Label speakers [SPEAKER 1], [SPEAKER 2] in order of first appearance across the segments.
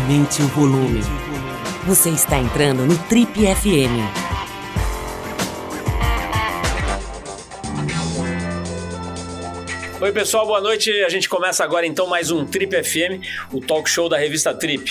[SPEAKER 1] Aumente o volume. Você está entrando no Trip FM.
[SPEAKER 2] Oi pessoal, boa noite. A gente começa agora então mais um Trip FM, o talk show da revista Trip.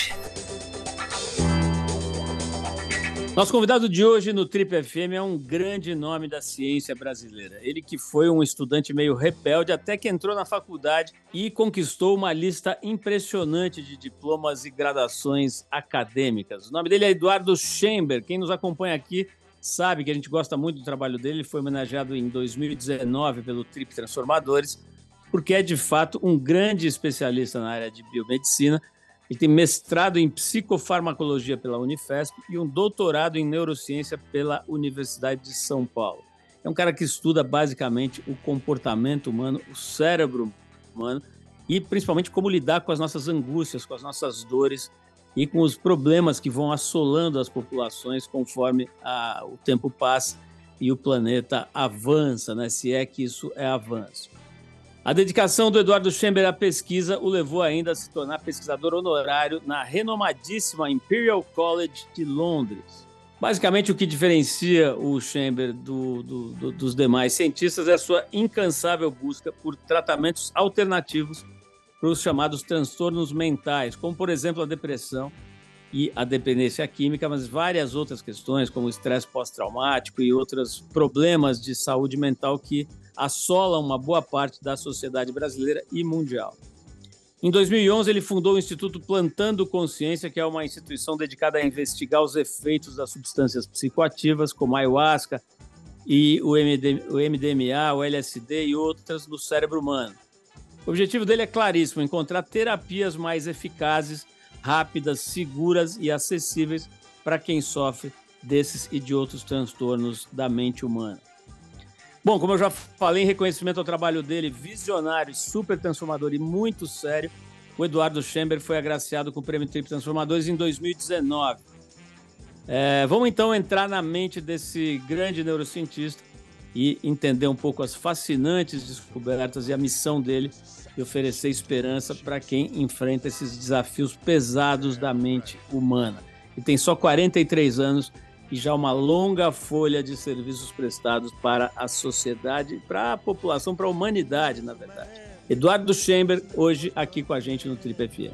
[SPEAKER 2] Nosso convidado de hoje no Trip FM é um grande nome da ciência brasileira. Ele que foi um estudante meio rebelde até que entrou na faculdade e conquistou uma lista impressionante de diplomas e graduações acadêmicas. O nome dele é Eduardo Schember. Quem nos acompanha aqui sabe que a gente gosta muito do trabalho dele. Ele foi homenageado em 2019 pelo Trip Transformadores, porque é de fato um grande especialista na área de biomedicina. Ele tem mestrado em psicofarmacologia pela Unifesp e um doutorado em neurociência pela Universidade de São Paulo. É um cara que estuda basicamente o comportamento humano, o cérebro humano e principalmente como lidar com as nossas angústias, com as nossas dores e com os problemas que vão assolando as populações conforme o tempo passa e o planeta avança, né? Se é que isso é avanço. A dedicação do Eduardo Schember à pesquisa o levou ainda a se tornar pesquisador honorário na renomadíssima Imperial College de Londres. Basicamente, o que diferencia o Schember dos demais cientistas é a sua incansável busca por tratamentos alternativos para os chamados transtornos mentais, como, por exemplo, a depressão e a dependência química, mas várias outras questões, como o estresse pós-traumático e outros problemas de saúde mental que assolam uma boa parte da sociedade brasileira e mundial. Em 2011, ele fundou o Instituto Plantando Consciência, que é uma instituição dedicada a investigar os efeitos das substâncias psicoativas, como a ayahuasca e o MDMA, o LSD e outras no cérebro humano. O objetivo dele é claríssimo: encontrar terapias mais eficazes, rápidas, seguras e acessíveis para quem sofre desses e de outros transtornos da mente humana. Bom, como eu já falei, em reconhecimento ao trabalho dele, visionário, super transformador e muito sério, o Eduardo Schember foi agraciado com o Prêmio Trip Transformadores em 2019. Vamos então entrar na mente desse grande neurocientista e entender um pouco as fascinantes descobertas e a missão dele de oferecer esperança para quem enfrenta esses desafios pesados da mente humana. Ele tem só 43 anos e já uma longa folha de serviços prestados para a sociedade, para a população, para a humanidade, na verdade. Eduardo Schember, hoje aqui com a gente no Trip FM.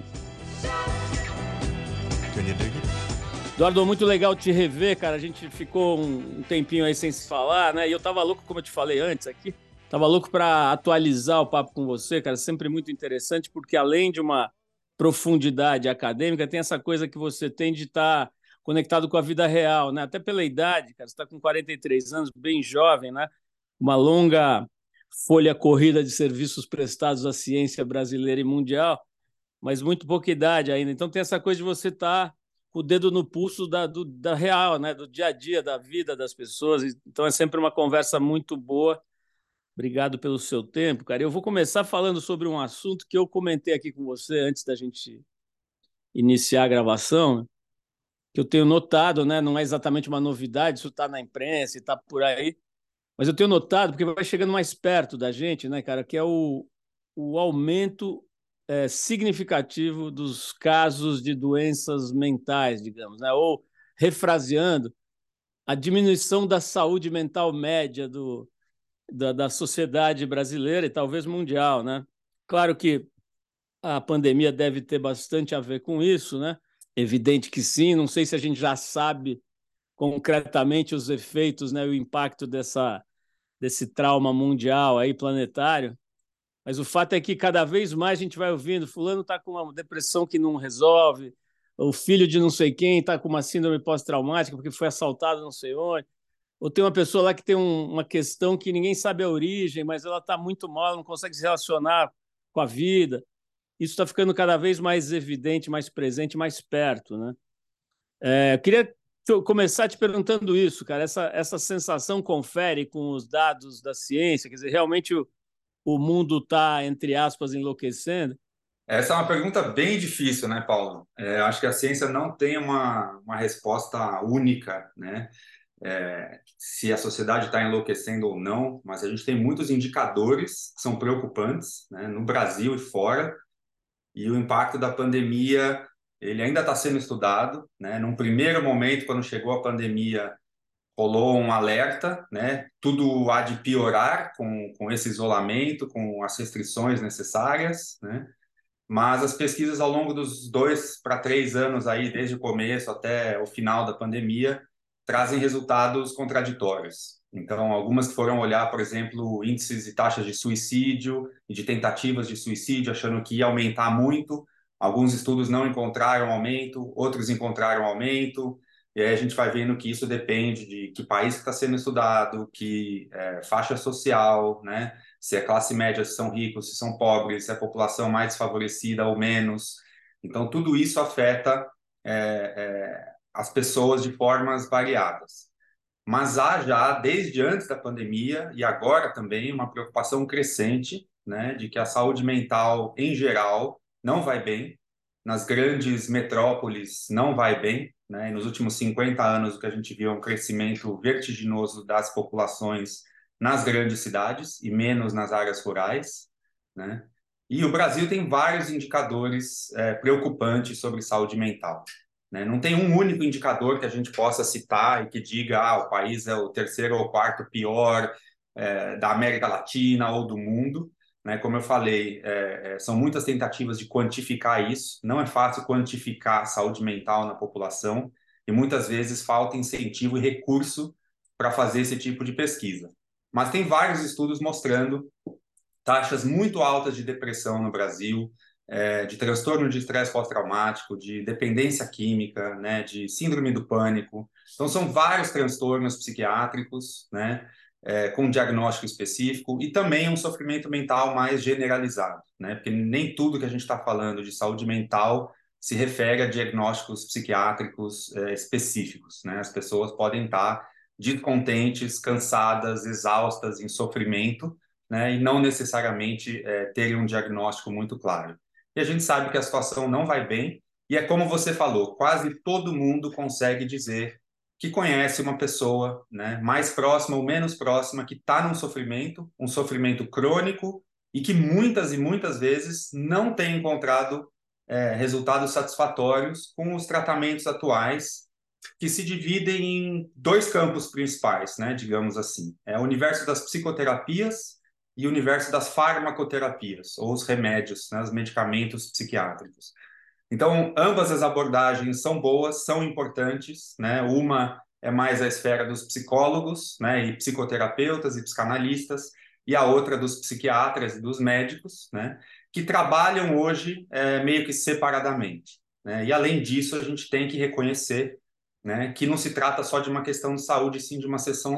[SPEAKER 2] Eduardo, muito legal te rever, cara. A gente ficou um tempinho aí sem se falar, né? E eu tava louco, como eu te falei antes aqui, tava louco para atualizar o papo com você, cara. Sempre muito interessante, porque além de uma profundidade acadêmica, tem essa coisa que você tem de estar conectado com a vida real, né? Até pela idade, cara, você está com 43 anos, bem jovem, né? Uma longa folha corrida de serviços prestados à ciência brasileira e mundial, mas muito pouca idade ainda. Então tem essa coisa de você estar com o dedo no pulso da real, né? Do dia a dia, da vida das pessoas. Então é sempre uma conversa muito boa. Obrigado pelo seu tempo, cara. Eu vou começar falando sobre um assunto que eu comentei aqui com você antes da gente iniciar a gravação, que eu tenho notado, né? Não é exatamente uma novidade, isso está na imprensa e está por aí, mas eu tenho notado, porque vai chegando mais perto da gente, né, cara, que é o aumento significativo dos casos de doenças mentais, digamos, né? Ou, refraseando, a diminuição da saúde mental média da sociedade brasileira e talvez mundial, né? Claro que a pandemia deve ter bastante a ver com isso, né? Evidente que sim, não sei se a gente já sabe concretamente os efeitos, né, o impacto desse trauma mundial aí, planetário, mas o fato é que cada vez mais a gente vai ouvindo, fulano está com uma depressão que não resolve, o filho de não sei quem está com uma síndrome pós-traumática porque foi assaltado não sei onde, ou tem uma pessoa lá que tem uma questão que ninguém sabe a origem, mas ela está muito mal, ela não consegue se relacionar com a vida. Isso está ficando cada vez mais evidente, mais presente, mais perto, né? Eu queria começar te perguntando isso, cara. Essa sensação confere com os dados da ciência? Quer dizer, realmente o mundo está, entre aspas, enlouquecendo?
[SPEAKER 3] Essa é uma pergunta bem difícil, né, Paulo? Acho que a ciência não tem uma resposta única, né? Se a sociedade está enlouquecendo ou não, mas a gente tem muitos indicadores que são preocupantes, né, no Brasil e fora, e o impacto da pandemia ele ainda está sendo estudado, né? Num primeiro momento, quando chegou a pandemia, rolou um alerta, né? Tudo há de piorar com esse isolamento, com as restrições necessárias, né? Mas as pesquisas ao longo dos 2 para 3 anos aí, desde o começo até o final da pandemia, trazem resultados contraditórios. Então, algumas que foram olhar, por exemplo, índices e taxas de suicídio e de tentativas de suicídio, achando que ia aumentar muito. Alguns estudos não encontraram aumento, outros encontraram aumento. E aí a gente vai vendo que isso depende de que país está sendo estudado, que faixa social, né? Se é classe média, se são ricos, se são pobres, se é a população mais desfavorecida ou menos. Então, tudo isso afeta as pessoas de formas variadas. Mas há já, desde antes da pandemia e agora também, uma preocupação crescente, né, de que a saúde mental, em geral, não vai bem. Nas grandes metrópoles, não vai bem. Né? E nos últimos 50 anos, o que a gente viu é um crescimento vertiginoso das populações nas grandes cidades e menos nas áreas rurais. Né? E o Brasil tem vários indicadores preocupantes sobre saúde mental. Né? Não tem um único indicador que a gente possa citar e que diga o país é o terceiro ou quarto pior da América Latina ou do mundo. Né? Como eu falei, são muitas tentativas de quantificar isso. Não é fácil quantificar a saúde mental na população e muitas vezes falta incentivo e recurso para fazer esse tipo de pesquisa. Mas tem vários estudos mostrando taxas muito altas de depressão no Brasil, de transtorno de estresse pós-traumático, de dependência química, né, de síndrome do pânico. Então, são vários transtornos psiquiátricos, né, com diagnóstico específico e também um sofrimento mental mais generalizado, né, porque nem tudo que a gente está falando de saúde mental se refere a diagnósticos psiquiátricos específicos, né? As pessoas podem estar descontentes, cansadas, exaustas, em sofrimento, né, e não necessariamente terem um diagnóstico muito claro. E a gente sabe que a situação não vai bem, e é como você falou, quase todo mundo consegue dizer que conhece uma pessoa, né, mais próxima ou menos próxima, que está num sofrimento, um sofrimento crônico, e que muitas e muitas vezes não tem encontrado resultados satisfatórios com os tratamentos atuais, que se dividem em dois campos principais, né, digamos assim. É o universo das psicoterapias e o universo das farmacoterapias, ou os remédios, né, os medicamentos psiquiátricos. Então, ambas as abordagens são boas, são importantes, né? Uma é mais a esfera dos psicólogos, né, e psicoterapeutas e psicanalistas, e a outra dos psiquiatras e dos médicos, né, que trabalham hoje meio que separadamente. Né? E, além disso, a gente tem que reconhecer, né, que não se trata só de uma questão de saúde, sim de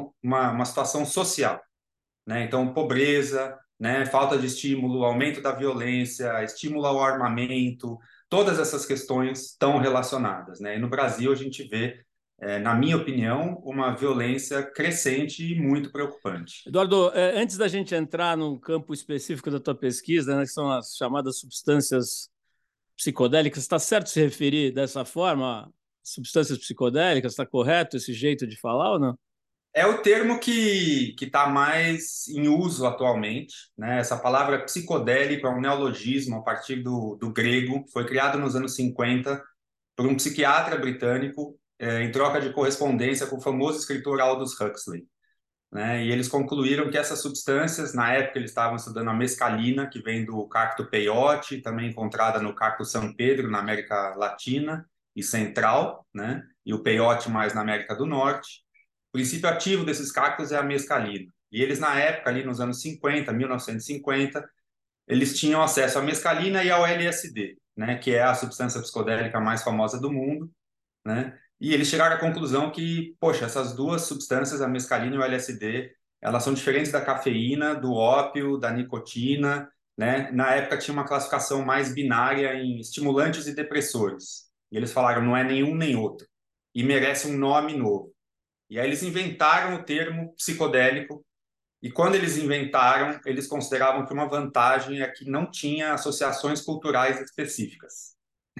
[SPEAKER 3] uma situação social. Né? Então, pobreza, né? Falta de estímulo, aumento da violência, estímulo ao armamento, todas essas questões estão relacionadas. Né? E no Brasil a gente vê, na minha opinião, uma violência crescente e muito preocupante.
[SPEAKER 2] Eduardo, antes da gente entrar no campo específico da tua pesquisa, né, que são as chamadas substâncias psicodélicas, está certo se referir dessa forma? Substâncias psicodélicas, está correto esse jeito de falar ou não?
[SPEAKER 3] É o termo que está mais em uso atualmente, né? Essa palavra psicodélico é um neologismo a partir do grego, foi criado nos anos 50 por um psiquiatra britânico em troca de correspondência com o famoso escritor Aldous Huxley. Né? E eles concluíram que essas substâncias, na época eles estavam estudando a mescalina, que vem do cacto peyote, também encontrada no cacto San Pedro, na América Latina e Central, né? E o peyote mais na América do Norte. O princípio ativo desses cactos é a mescalina. E eles, na época, ali nos anos 50, 1950, eles tinham acesso à mescalina e ao LSD, né? Que é a substância psicodélica mais famosa do mundo, né? E eles chegaram à conclusão que, poxa, essas duas substâncias, a mescalina e o LSD, elas são diferentes da cafeína, do ópio, da nicotina, né? Na época tinha uma classificação mais binária em estimulantes e depressores. E eles falaram, não é nenhum nem outro. E merece um nome novo. E aí eles inventaram o termo psicodélico, e quando eles inventaram, eles consideravam que uma vantagem é que não tinha associações culturais específicas.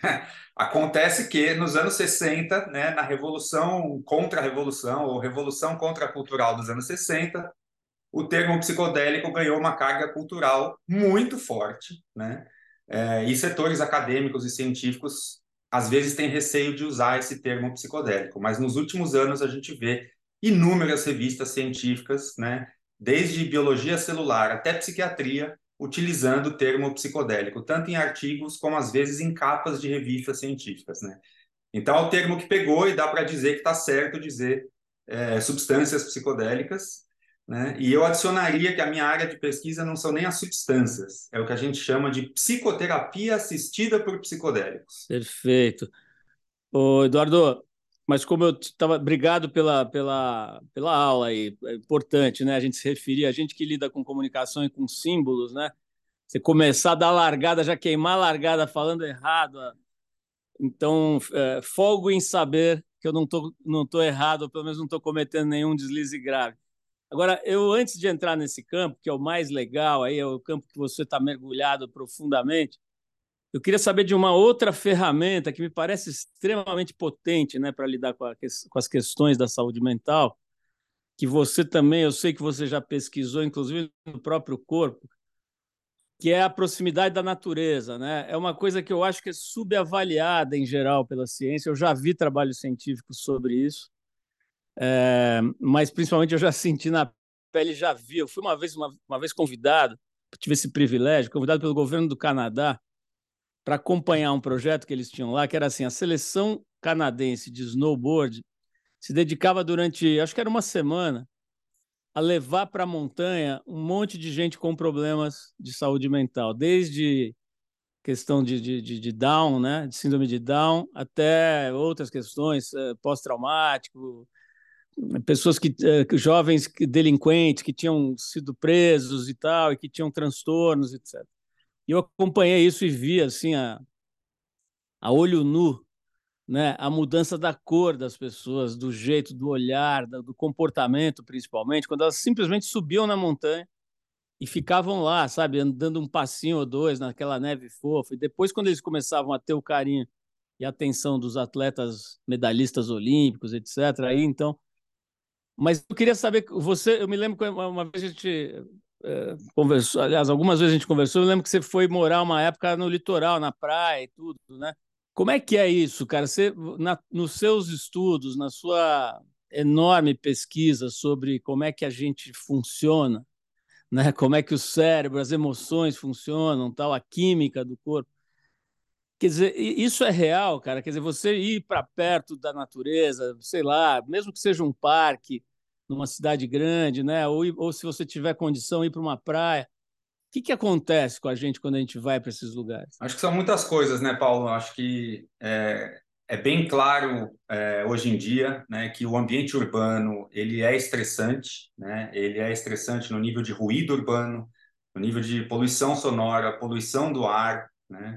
[SPEAKER 3] Acontece que nos anos 60, né, na Revolução contra a Revolução, ou Revolução Contra-Cultural dos anos 60, o termo psicodélico ganhou uma carga cultural muito forte, né? E setores acadêmicos e científicos às vezes tem receio de usar esse termo psicodélico, mas nos últimos anos a gente vê inúmeras revistas científicas, né, desde biologia celular até psiquiatria, utilizando o termo psicodélico, tanto em artigos como às vezes em capas de revistas científicas, né? Então é o termo que pegou e dá para dizer que está certo dizer substâncias psicodélicas, né? E eu adicionaria que a minha área de pesquisa não são nem as substâncias, é o que a gente chama de psicoterapia assistida por psicodélicos.
[SPEAKER 2] Perfeito. Ô, Eduardo, mas como eu estava... Obrigado pela aula aí. É importante, né? A gente se referir, a gente que lida com comunicação e com símbolos, né? Você começar a dar largada, já queimar a largada falando errado. Então, folgo em saber que eu não tô errado, ou pelo menos não estou cometendo nenhum deslize grave. Agora, eu antes de entrar nesse campo, que é o mais legal, aí é o campo que você está mergulhado profundamente, eu queria saber de uma outra ferramenta que me parece extremamente potente, né, para lidar com as questões da saúde mental, que você também, eu sei que você já pesquisou, inclusive no próprio corpo, que é a proximidade da natureza, né? É uma coisa que eu acho que é subavaliada em geral pela ciência. Eu já vi trabalhos científicos sobre isso, mas principalmente eu já senti na pele, já vi. Eu fui uma vez convidado, tive esse privilégio, convidado pelo governo do Canadá para acompanhar um projeto que eles tinham lá, que era assim, a seleção canadense de snowboard se dedicava durante, acho que era uma semana, a levar para a montanha um monte de gente com problemas de saúde mental, desde questão de Down, né, de síndrome de Down, até outras questões, pós-traumático, pessoas jovens delinquentes que tinham sido presos e tal, e que tinham transtornos, etc. E eu acompanhei isso e vi assim a olho nu, né, a mudança da cor das pessoas, do jeito, do olhar, do comportamento, principalmente, quando elas simplesmente subiam na montanha e ficavam lá, sabe, andando um passinho ou dois naquela neve fofa. E depois, quando eles começavam a ter o carinho e a atenção dos atletas medalhistas olímpicos, etc., aí então. Mas eu queria saber, eu me lembro que uma vez a gente conversou, aliás, algumas vezes a gente conversou, eu lembro que você foi morar uma época no litoral, na praia e tudo, né? Como é que é isso, cara? Você, nos seus estudos, na sua enorme pesquisa sobre como é que a gente funciona, né? Como é que o cérebro, as emoções funcionam, tal, a química do corpo. Quer dizer, isso é real, cara. Quer dizer, você ir para perto da natureza, sei lá, mesmo que seja um parque numa cidade grande, né? Ou se você tiver condição, ir para uma praia. O que acontece com a gente quando a gente vai para esses lugares?
[SPEAKER 3] Acho que são muitas coisas, né, Paulo? Acho que é bem claro hoje em dia, né, que o ambiente urbano ele é estressante, né? Ele é estressante no nível de ruído urbano, no nível de poluição sonora, poluição do ar, né?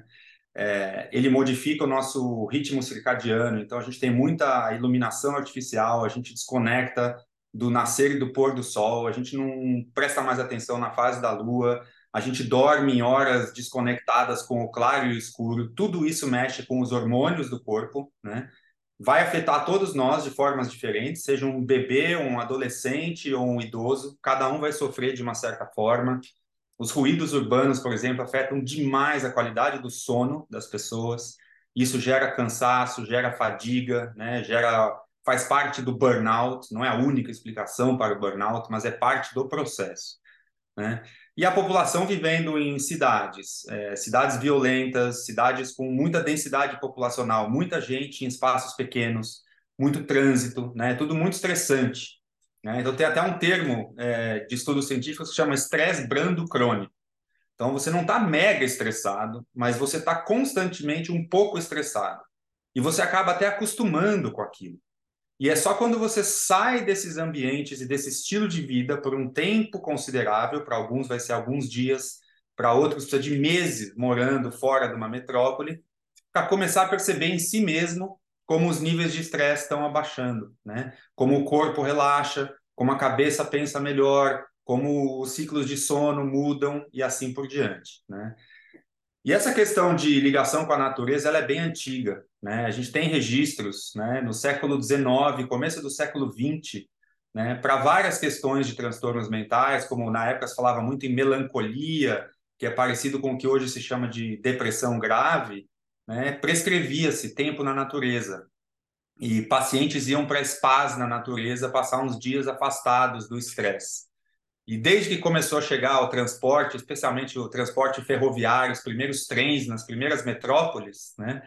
[SPEAKER 3] Ele modifica o nosso ritmo circadiano, então a gente tem muita iluminação artificial, a gente desconecta do nascer e do pôr do sol, a gente não presta mais atenção na fase da lua, a gente dorme em horas desconectadas com o claro e o escuro, tudo isso mexe com os hormônios do corpo, né? Vai afetar todos nós de formas diferentes, seja um bebê, um adolescente ou um idoso, cada um vai sofrer de uma certa forma. Os ruídos urbanos, por exemplo, afetam demais a qualidade do sono das pessoas. Isso gera cansaço, gera fadiga, né? Faz parte do burnout, não é a única explicação para o burnout, mas é parte do processo, né? E a população vivendo em cidades, cidades violentas, cidades com muita densidade populacional, muita gente em espaços pequenos, muito trânsito, né? Tudo muito estressante, né? Então tem até um termo de estudos científicos que chama estresse brando crônico. Então você não está mega estressado, mas você está constantemente um pouco estressado. E você acaba até acostumando com aquilo. E é só quando você sai desses ambientes e desse estilo de vida por um tempo considerável, para alguns vai ser alguns dias, para outros precisa de meses morando fora de uma metrópole, para começar a perceber em si mesmo como os níveis de estresse estão abaixando, né? Como o corpo relaxa, como a cabeça pensa melhor, como os ciclos de sono mudam e assim por diante, né? E essa questão de ligação com a natureza, ela é bem antiga, né? A gente tem registros, né, no século XIX, começo do século XX, né, para várias questões de transtornos mentais, como na época se falava muito em melancolia, que é parecido com o que hoje se chama de depressão grave. né, prescrevia-se tempo na natureza e pacientes iam para spas na natureza passar uns dias afastados do estresse. E desde que começou a chegar o transporte, especialmente o transporte ferroviário, os primeiros trens nas primeiras metrópoles, né,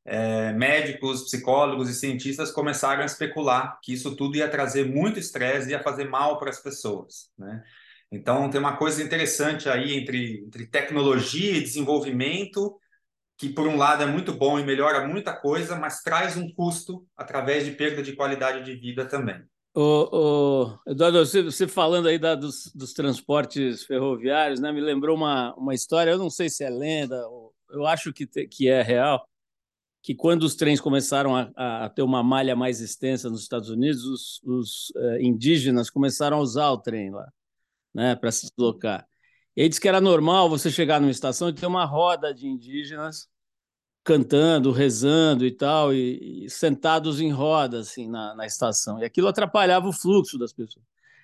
[SPEAKER 3] médicos, psicólogos e cientistas começaram a especular que isso tudo ia trazer muito estresse e ia fazer mal para as pessoas, né? Então, tem uma coisa interessante aí entre tecnologia e desenvolvimento, que, por um lado, é muito bom e melhora muita coisa, mas traz um custo através de perda de qualidade de vida também.
[SPEAKER 2] Eduardo, você falando aí dos transportes ferroviários, né, me lembrou uma história, eu não sei se é lenda, eu acho que é real, que quando os trens começaram a ter uma malha mais extensa nos Estados Unidos, os indígenas começaram a usar o trem lá, né, para se deslocar. E aí diz que era normal você chegar numa estação e ter uma roda de indígenas cantando, rezando e tal, e sentados em roda assim na estação. E aquilo atrapalhava o fluxo das pessoas.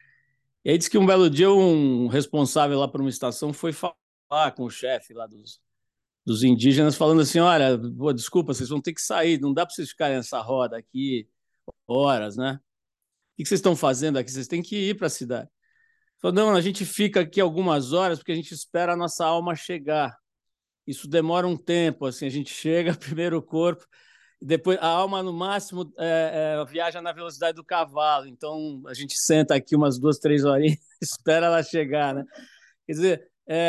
[SPEAKER 2] E aí diz que um belo dia um responsável lá por uma estação foi falar com o chefe lá dos indígenas, falando assim: olha, pô, desculpa, vocês vão ter que sair, não dá para vocês ficarem nessa roda aqui horas, né? O que vocês estão fazendo aqui? Vocês têm que ir para a cidade. Falou: não, a gente fica aqui algumas horas porque a gente espera a nossa alma chegar. Isso demora um tempo, assim, a gente chega, primeiro o corpo, e depois a alma, no máximo, viaja na velocidade do cavalo. Então, a gente senta aqui umas 2, 3 horinhas, espera ela chegar, né? Quer dizer,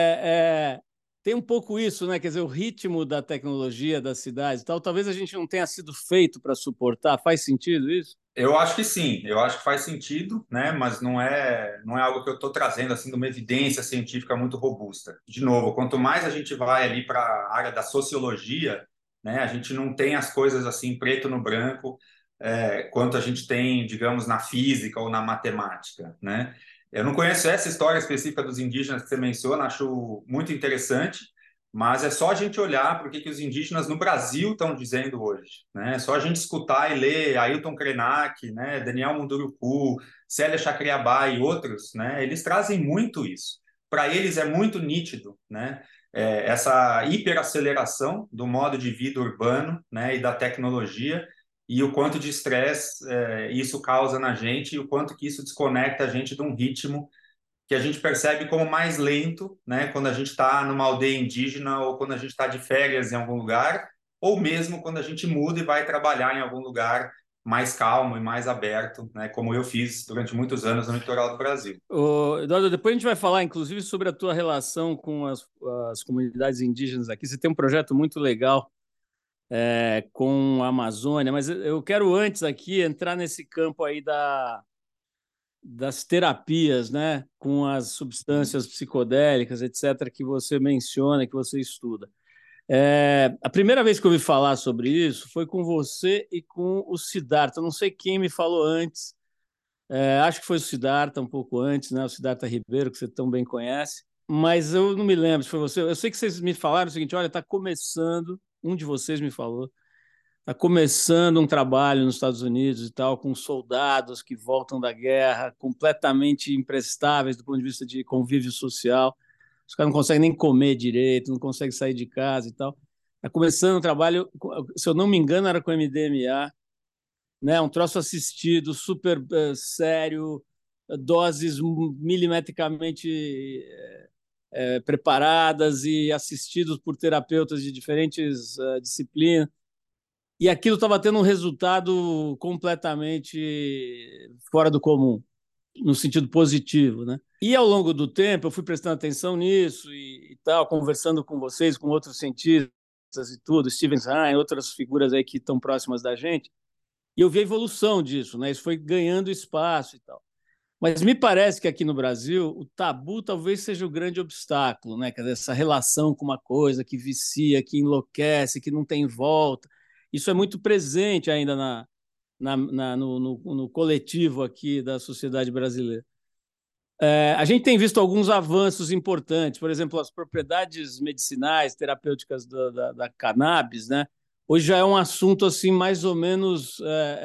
[SPEAKER 2] tem um pouco isso, né? Quer dizer, o ritmo da tecnologia das cidades e tal, talvez a gente não tenha sido feito para suportar. Faz sentido isso?
[SPEAKER 3] Eu acho que sim, eu acho que faz sentido, né? Mas não é algo que eu estou trazendo assim de uma evidência científica muito robusta. De novo, quanto mais a gente vai ali para a área da sociologia, né? A gente não tem as coisas assim preto no branco, quanto a gente tem, digamos, na física ou na matemática, né? Eu não conheço essa história específica dos indígenas que você menciona, acho muito interessante. Mas é só a gente olhar para o que os indígenas no Brasil estão dizendo hoje, né? É só a gente escutar e ler Ailton Krenak, né? Daniel Munduruku, Célia Chacriabá e outros, né? Eles trazem muito isso. Para eles é muito nítido, né? Essa hiperaceleração do modo de vida urbano, né? E da tecnologia e o quanto de estresse isso causa na gente e o quanto que isso desconecta a gente de um ritmo que a gente percebe como mais lento, né, quando a gente está numa aldeia indígena ou quando a gente está de férias em algum lugar, ou mesmo quando a gente muda e vai trabalhar em algum lugar mais calmo e mais aberto, né, como eu fiz durante muitos anos no litoral do Brasil.
[SPEAKER 2] Eduardo, depois a gente vai falar, inclusive, sobre a tua relação com as comunidades indígenas aqui. Você tem um projeto muito legal com a Amazônia, mas eu quero antes aqui entrar nesse campo aí das terapias, né, com as substâncias psicodélicas, etc., que você menciona, que você estuda. A primeira vez que eu ouvi falar sobre isso foi com você e com o Siddhartha. Eu não sei quem me falou antes. Acho que foi o Siddhartha um pouco antes, né? O Siddhartha Ribeiro, que você tão bem conhece. Mas eu não me lembro se foi você. Eu sei que vocês me falaram o seguinte: olha, está começando, um de vocês me falou, está começando um trabalho nos Estados Unidos e tal, com soldados que voltam da guerra, completamente imprestáveis do ponto de vista de convívio social. Os caras não conseguem nem comer direito, não conseguem sair de casa e tal. Está começando um trabalho, se eu não me engano, era com MDMA, né? Um troço assistido, super sério, doses milimetricamente preparadas e assistidos por terapeutas de diferentes disciplinas. E aquilo estava tendo um resultado completamente fora do comum, no sentido positivo, né? E ao longo do tempo eu fui prestando atenção nisso e tal, conversando com vocês, com outros cientistas e tudo, Steven Hahn, outras figuras aí que estão próximas da gente, e eu vi a evolução disso, né? Isso foi ganhando espaço e tal. Mas me parece que aqui no Brasil o tabu talvez seja o grande obstáculo, né? Quer dizer, essa relação com uma coisa que vicia, que enlouquece, que não tem volta. Isso é muito presente ainda no coletivo aqui da sociedade brasileira. A gente tem visto alguns avanços importantes, por exemplo, as propriedades medicinais, terapêuticas da cannabis, né? Hoje já é um assunto assim mais ou menos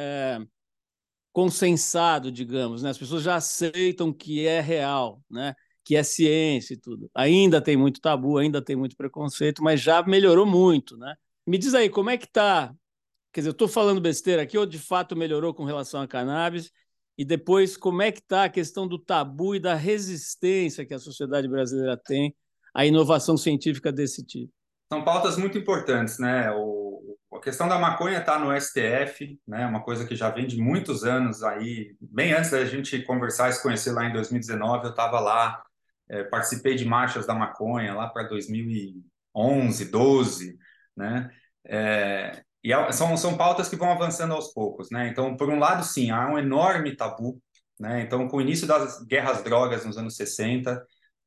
[SPEAKER 2] consensado, digamos, né? As pessoas já aceitam que é real, né? Que é ciência e tudo. Ainda tem muito tabu, ainda tem muito preconceito, mas já melhorou muito, né? Me diz aí, como é que está? Quer dizer, eu estou falando besteira aqui, ou de fato melhorou com relação à cannabis? E depois, como é que está a questão do tabu e da resistência que a sociedade brasileira tem à inovação científica desse tipo?
[SPEAKER 3] São pautas muito importantes, né? A questão da maconha está no STF, né? Uma coisa que já vem de muitos anos aí, bem antes da gente conversar e se conhecer lá em 2019, eu estava lá, participei de marchas da maconha lá para 2011, 12, né? São pautas que vão avançando aos poucos, né? Então, por um lado, sim, há um enorme tabu, né? Então, com o início das guerras drogas nos anos 60,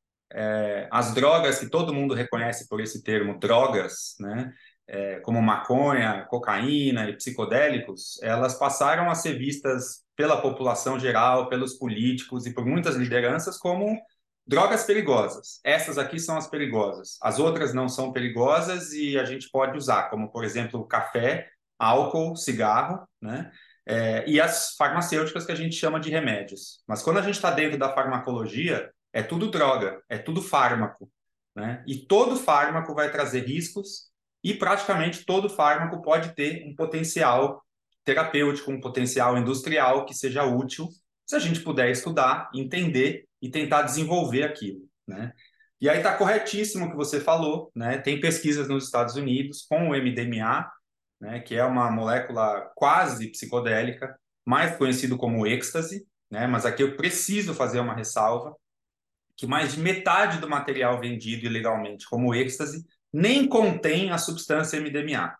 [SPEAKER 3] as drogas que todo mundo reconhece por esse termo drogas, né, como maconha, cocaína e psicodélicos, elas passaram a ser vistas pela população geral, pelos políticos e por muitas lideranças como drogas perigosas. Essas aqui são as perigosas. As outras não são perigosas e a gente pode usar, como por exemplo café, álcool, cigarro, né? E as farmacêuticas que a gente chama de remédios. Mas quando a gente está dentro da farmacologia, é tudo droga, é tudo fármaco, né? E todo fármaco vai trazer riscos e praticamente todo fármaco pode ter um potencial terapêutico, um potencial industrial que seja útil se a gente puder estudar, entender e tentar desenvolver aquilo, né? E aí está corretíssimo o que você falou, né? Tem pesquisas nos Estados Unidos com o MDMA, né? Que é uma molécula quase psicodélica, mais conhecido como êxtase, né? Mas aqui eu preciso fazer uma ressalva que mais de metade do material vendido ilegalmente como êxtase nem contém a substância MDMA.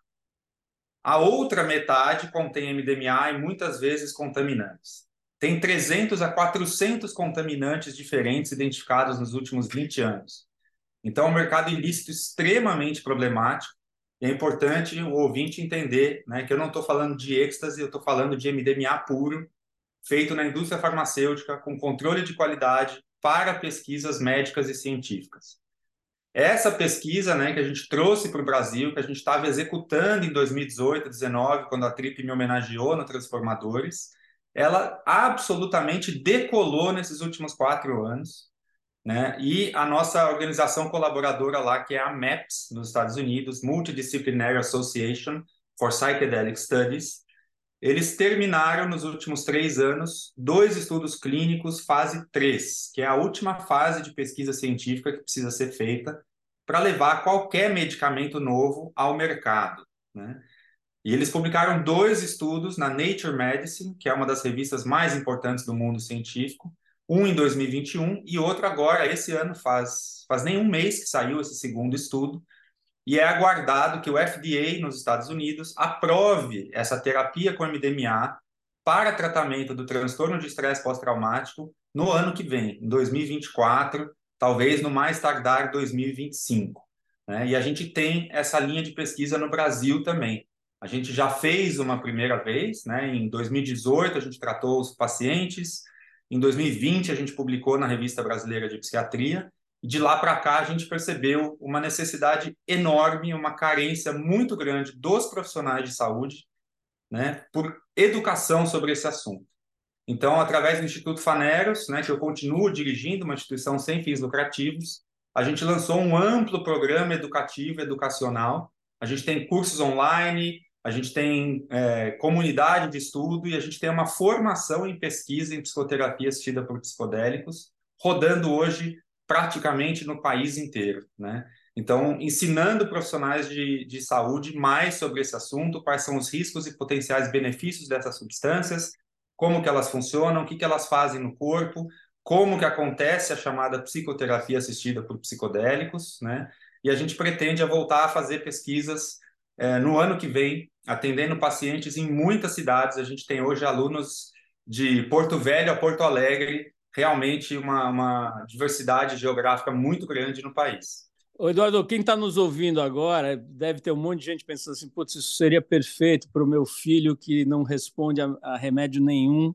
[SPEAKER 3] A outra metade contém MDMA e muitas vezes contaminantes. Tem 300 a 400 contaminantes diferentes identificados nos últimos 20 anos. Então, é um mercado ilícito extremamente problemático. E é importante o ouvinte entender, né, que eu não estou falando de êxtase, eu estou falando de MDMA puro, feito na indústria farmacêutica, com controle de qualidade para pesquisas médicas e científicas. Essa pesquisa, né, que a gente trouxe para o Brasil, que a gente estava executando em 2018, 2019, quando a Trip me homenageou no Transformadores, ela absolutamente decolou nesses últimos 4 anos, né? E a nossa organização colaboradora lá, que é a MAPS, nos Estados Unidos, Multidisciplinary Association for Psychedelic Studies, eles terminaram nos últimos 3 anos 2 estudos clínicos fase 3, que é a última fase de pesquisa científica que precisa ser feita para levar qualquer medicamento novo ao mercado, né? E eles publicaram 2 estudos na Nature Medicine, que é uma das revistas mais importantes do mundo científico, um em 2021 e outro agora, esse ano, faz nem um mês que saiu esse segundo estudo, e é aguardado que o FDA nos Estados Unidos aprove essa terapia com MDMA para tratamento do transtorno de estresse pós-traumático no ano que vem, em 2024, talvez no mais tardar 2025, né? E a gente tem essa linha de pesquisa no Brasil também. A gente já fez uma primeira vez, né? Em 2018 a gente tratou os pacientes, em 2020 a gente publicou na Revista Brasileira de Psiquiatria, de lá para cá, a gente percebeu uma necessidade enorme, uma carência muito grande dos profissionais de saúde, né, por educação sobre esse assunto. Então, através do Instituto Faneros, né, que eu continuo dirigindo, uma instituição sem fins lucrativos, a gente lançou um amplo programa educativo, educacional. A gente tem cursos online, a gente tem comunidade de estudo e a gente tem uma formação em pesquisa em psicoterapia assistida por psicodélicos, rodando hoje praticamente no país inteiro, né? Então, ensinando profissionais de saúde mais sobre esse assunto, quais são os riscos e potenciais benefícios dessas substâncias, como que elas funcionam, o que que elas fazem no corpo, como que acontece a chamada psicoterapia assistida por psicodélicos, né? E a gente pretende voltar a fazer pesquisas no ano que vem, atendendo pacientes em muitas cidades. A gente tem hoje alunos de Porto Velho a Porto Alegre, realmente uma diversidade geográfica muito grande no país.
[SPEAKER 2] Ô, Eduardo, quem está nos ouvindo agora deve ter um monte de gente pensando assim, putz, isso seria perfeito para o meu filho que não responde a remédio nenhum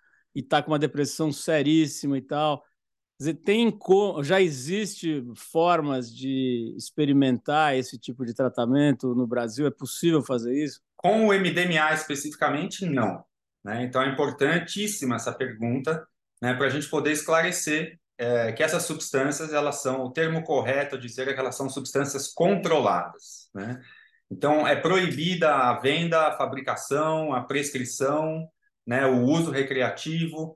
[SPEAKER 2] e está com uma depressão seríssima e tal. Quer dizer, já existe formas de experimentar esse tipo de tratamento no Brasil? É possível fazer isso?
[SPEAKER 3] Com o MDMA especificamente, não, né? Então é importantíssima essa pergunta, né, para a gente poder esclarecer que essas substâncias, elas são, o termo correto de dizer é que elas são substâncias controladas, né? Então, é proibida a venda, a fabricação, a prescrição, né, o uso recreativo,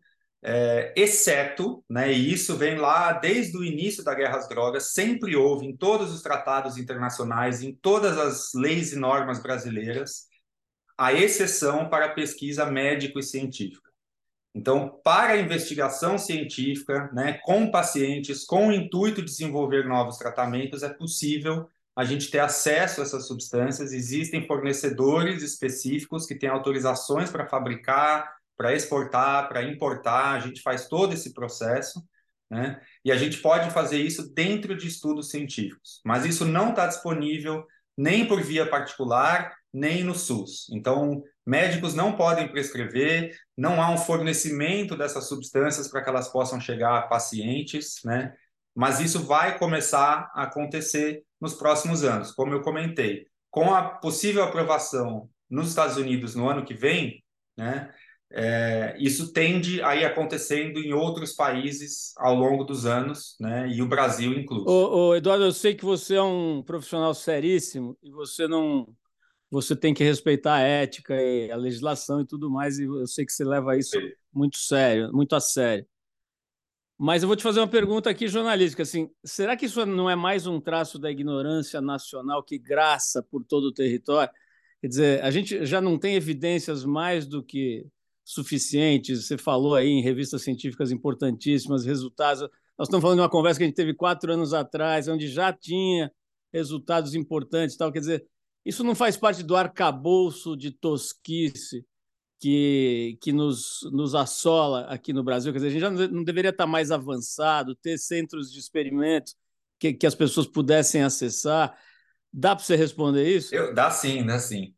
[SPEAKER 3] exceto, né, e isso vem lá desde o início da guerra às drogas, sempre houve em todos os tratados internacionais, em todas as leis e normas brasileiras, a exceção para a pesquisa médico e científica. Então, para a investigação científica, né, com pacientes, com o intuito de desenvolver novos tratamentos, é possível a gente ter acesso a essas substâncias. Existem fornecedores específicos que têm autorizações para fabricar, para exportar, para importar. A gente faz todo esse processo, né? E a gente pode fazer isso dentro de estudos científicos. Mas isso não está disponível nem por via particular, nem no SUS. Então, médicos não podem prescrever, não há um fornecimento dessas substâncias para que elas possam chegar a pacientes, né? Mas isso vai começar a acontecer nos próximos anos, como eu comentei. Com a possível aprovação nos Estados Unidos no ano que vem, né? Isso tende a ir acontecendo em outros países ao longo dos anos, né? E o Brasil incluso.
[SPEAKER 2] Eduardo, eu sei que você é um profissional seríssimo e você não, você tem que respeitar a ética e a legislação e tudo mais, e eu sei que você leva isso muito sério, muito a sério. Mas eu vou te fazer uma pergunta aqui jornalística, assim, será que isso não é mais um traço da ignorância nacional que graça por todo o território? Quer dizer, a gente já não tem evidências mais do que suficientes. Você falou aí em revistas científicas importantíssimas, resultados. Nós estamos falando de uma conversa que a gente teve 4 anos atrás, onde já tinha resultados importantes, tal. Quer dizer, isso não faz parte do arcabouço de tosquice que nos assola aqui no Brasil. Quer dizer, a gente já não deveria estar mais avançado, ter centros de experimentos que as pessoas pudessem acessar. Dá para você responder isso?
[SPEAKER 3] Dá sim, dá sim.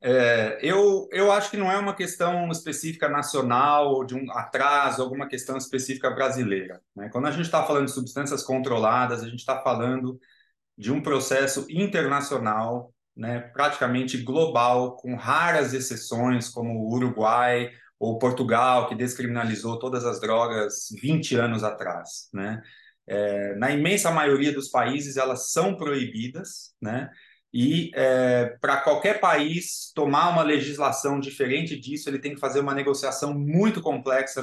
[SPEAKER 3] Eu acho que não é uma questão específica nacional ou de um atraso, alguma questão específica brasileira, né? Quando a gente está falando de substâncias controladas, a gente está falando de um processo internacional, né, praticamente global, com raras exceções, como o Uruguai ou Portugal, que descriminalizou todas as drogas 20 anos atrás, né? Na imensa maioria dos países, elas são proibidas, né? E para qualquer país tomar uma legislação diferente disso, ele tem que fazer uma negociação muito complexa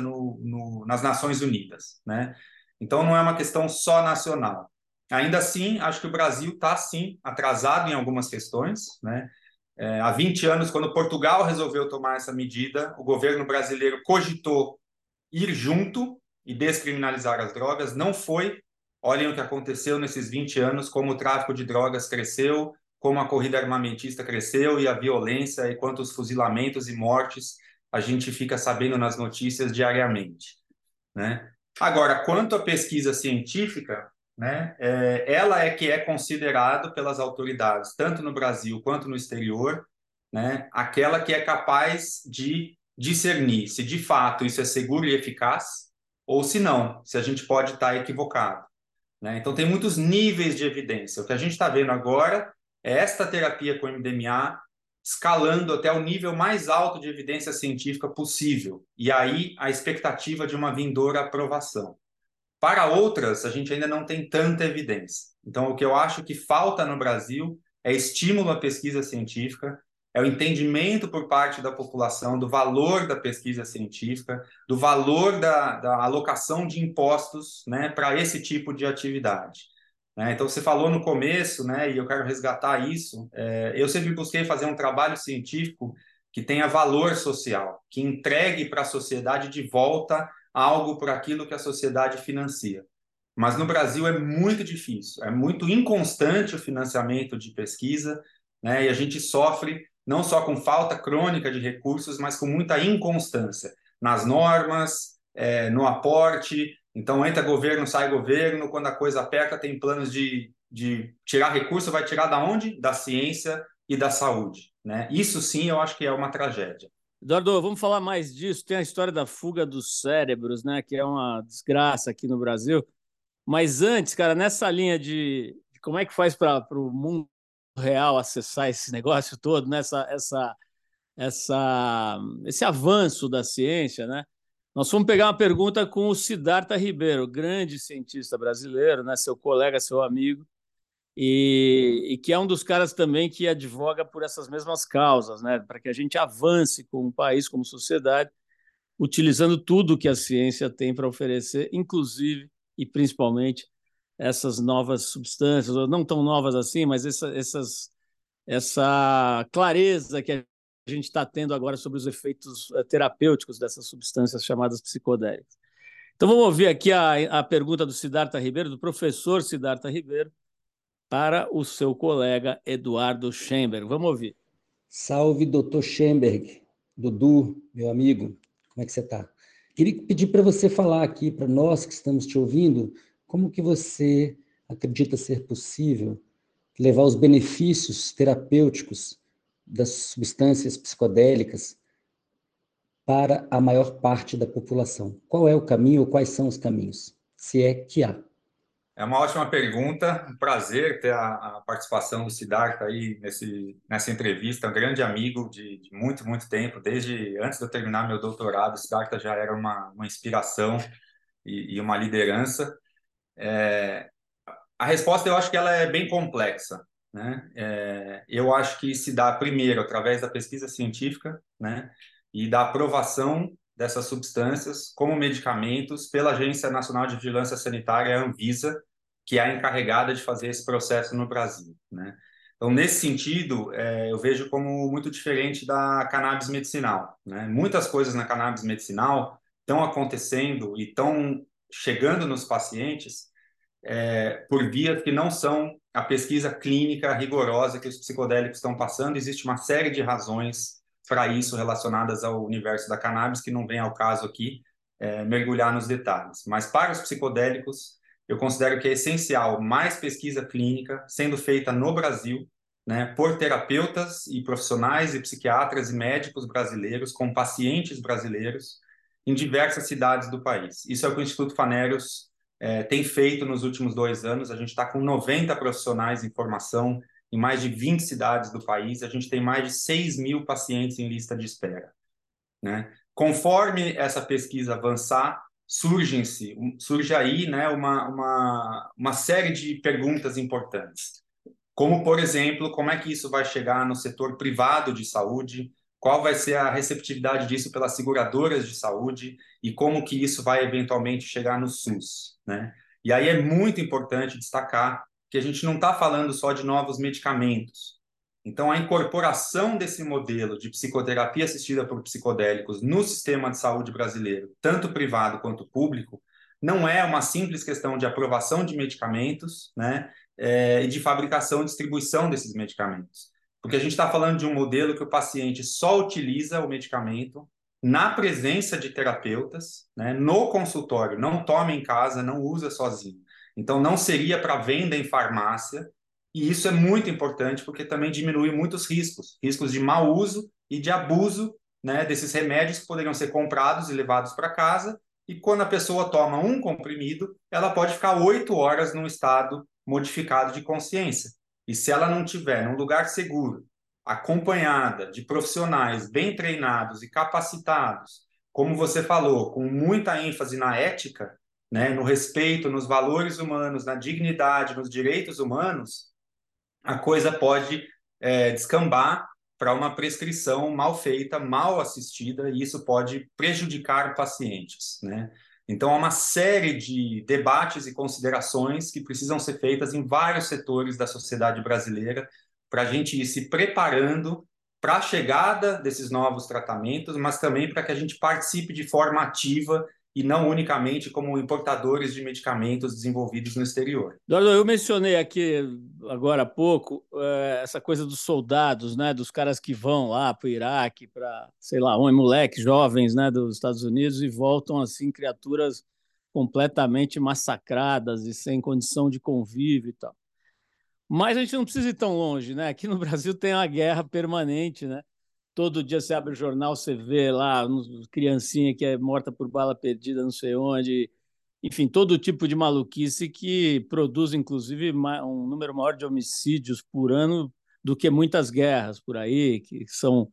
[SPEAKER 3] nas Nações Unidas, né? Então, não é uma questão só nacional. Ainda assim, acho que o Brasil está, sim, atrasado em algumas questões, né? Há 20 anos, quando Portugal resolveu tomar essa medida, o governo brasileiro cogitou ir junto e descriminalizar as drogas. Não foi. Olhem o que aconteceu nesses 20 anos, como o tráfico de drogas cresceu, como a corrida armamentista cresceu e a violência e quantos fuzilamentos e mortes a gente fica sabendo nas notícias diariamente, né? Agora, quanto à pesquisa científica, né, ela é que é considerado pelas autoridades, tanto no Brasil quanto no exterior, né, aquela que é capaz de discernir se de fato isso é seguro e eficaz ou se não, se a gente pode estar equivocado, né? Então, tem muitos níveis de evidência. O que a gente está vendo agora é esta terapia com MDMA escalando até o nível mais alto de evidência científica possível. E aí, a expectativa de uma vindoura aprovação. Para outras, a gente ainda não tem tanta evidência. Então, o que eu acho que falta no Brasil é estímulo à pesquisa científica, é o entendimento por parte da população do valor da pesquisa científica, do valor da alocação de impostos, né, para esse tipo de atividade, né? Então, você falou no começo, né, e eu quero resgatar isso. Eu sempre busquei fazer um trabalho científico que tenha valor social, que entregue para a sociedade de volta algo por aquilo que a sociedade financia. Mas no Brasil é muito difícil, é muito inconstante o financiamento de pesquisa, né? E a gente sofre não só com falta crônica de recursos, mas com muita inconstância nas normas, no aporte. Então, entra governo, sai governo, quando a coisa aperta, tem planos de tirar recurso, vai tirar da onde? Da ciência e da saúde, né? Isso sim eu acho que é uma tragédia.
[SPEAKER 2] Eduardo, vamos falar mais disso. Tem a história da fuga dos cérebros, né, que é uma desgraça aqui no Brasil. Mas antes, cara, nessa linha de como é que faz para o mundo real acessar esse negócio todo, esse avanço da ciência, né? Nós fomos pegar uma pergunta com o Siddhartha Ribeiro, grande cientista brasileiro, né? Seu colega, seu amigo. e que é um dos caras também que advoga por essas mesmas causas, né? Para que a gente avance como país, como sociedade, utilizando tudo que a ciência tem para oferecer, inclusive e principalmente essas novas substâncias, ou não tão novas assim, mas essa clareza que a gente está tendo agora sobre os efeitos terapêuticos dessas substâncias chamadas psicodélicas. Então vamos ouvir aqui a pergunta do Siddhartha Ribeiro, do professor Siddhartha Ribeiro, para o seu colega Eduardo Schemberg. Vamos ouvir.
[SPEAKER 4] Salve, doutor Schemberg, Dudu, meu amigo, como é que você está? Queria pedir para você falar aqui para nós que estamos te ouvindo, como que você acredita ser possível levar os benefícios terapêuticos das substâncias psicodélicas para a maior parte da população? Qual é o caminho ou quais são os caminhos, se é que há?
[SPEAKER 3] É uma ótima pergunta, um prazer ter a participação do Siddhartha aí nessa entrevista, um grande amigo de muito, muito tempo, desde antes de eu terminar meu doutorado, o Siddhartha já era uma inspiração e uma liderança. A resposta eu acho que ela é bem complexa, né? Eu acho que se dá primeiro através da pesquisa científica, né? E da aprovação dessas substâncias como medicamentos pela Agência Nacional de Vigilância Sanitária, a Anvisa, que é a encarregada de fazer esse processo no Brasil, né? Então, nesse sentido, eu vejo como muito diferente da cannabis medicinal, né? Muitas coisas na cannabis medicinal estão acontecendo e estão chegando nos pacientes por vias que não são a pesquisa clínica rigorosa que os psicodélicos estão passando. Existe uma série de razões para isso relacionadas ao universo da cannabis, que não vem ao caso aqui mergulhar nos detalhes. Mas para os psicodélicos, eu considero que é essencial mais pesquisa clínica sendo feita no Brasil, né, por terapeutas e profissionais e psiquiatras e médicos brasileiros, com pacientes brasileiros, em diversas cidades do país. Isso é o que o Instituto Fanérios tem feito nos últimos 2 anos. A gente está com 90 profissionais em formação em mais de 20 cidades do país. A gente tem mais de 6.000 pacientes em lista de espera, né? Conforme essa pesquisa avançar, surge aí, né, uma série de perguntas importantes. Como, por exemplo, como é que isso vai chegar no setor privado de saúde? Qual vai ser a receptividade disso pelas seguradoras de saúde e como que isso vai eventualmente chegar no SUS, né? E aí é muito importante destacar que a gente não está falando só de novos medicamentos. Então, a incorporação desse modelo de psicoterapia assistida por psicodélicos no sistema de saúde brasileiro, tanto privado quanto público, não é uma simples questão de aprovação de medicamentos, né? E de fabricação e distribuição desses medicamentos. Porque a gente está falando de um modelo que o paciente só utiliza o medicamento na presença de terapeutas, né, no consultório, não toma em casa, não usa sozinho. Então, não seria para venda em farmácia, e isso é muito importante porque também diminui muitos riscos de mau uso e de abuso, né, desses remédios que poderiam ser comprados e levados para casa, e quando a pessoa toma um comprimido, ela pode ficar 8 horas num estado modificado de consciência. E se ela não tiver num lugar seguro, acompanhada de profissionais bem treinados e capacitados, como você falou, com muita ênfase na ética, né, no respeito, nos valores humanos, na dignidade, nos direitos humanos, a coisa pode descambar para uma prescrição mal feita, mal assistida, e isso pode prejudicar pacientes, né? Então, há uma série de debates e considerações que precisam ser feitas em vários setores da sociedade brasileira para a gente ir se preparando para a chegada desses novos tratamentos, mas também para que a gente participe de forma ativa e não unicamente como importadores de medicamentos desenvolvidos no exterior.
[SPEAKER 2] Eduardo, eu mencionei aqui agora há pouco essa coisa dos soldados, né, dos caras que vão lá para o Iraque, para, sei lá, moleques jovens, né, dos Estados Unidos e voltam assim criaturas completamente massacradas e sem condição de convívio e tal. Mas a gente não precisa ir tão longe, né? Aqui no Brasil tem uma guerra permanente, né? Todo dia você abre o jornal, você vê lá criancinha que é morta por bala perdida, não sei onde. Enfim, todo tipo de maluquice que produz, inclusive, um número maior de homicídios por ano do que muitas guerras por aí, que são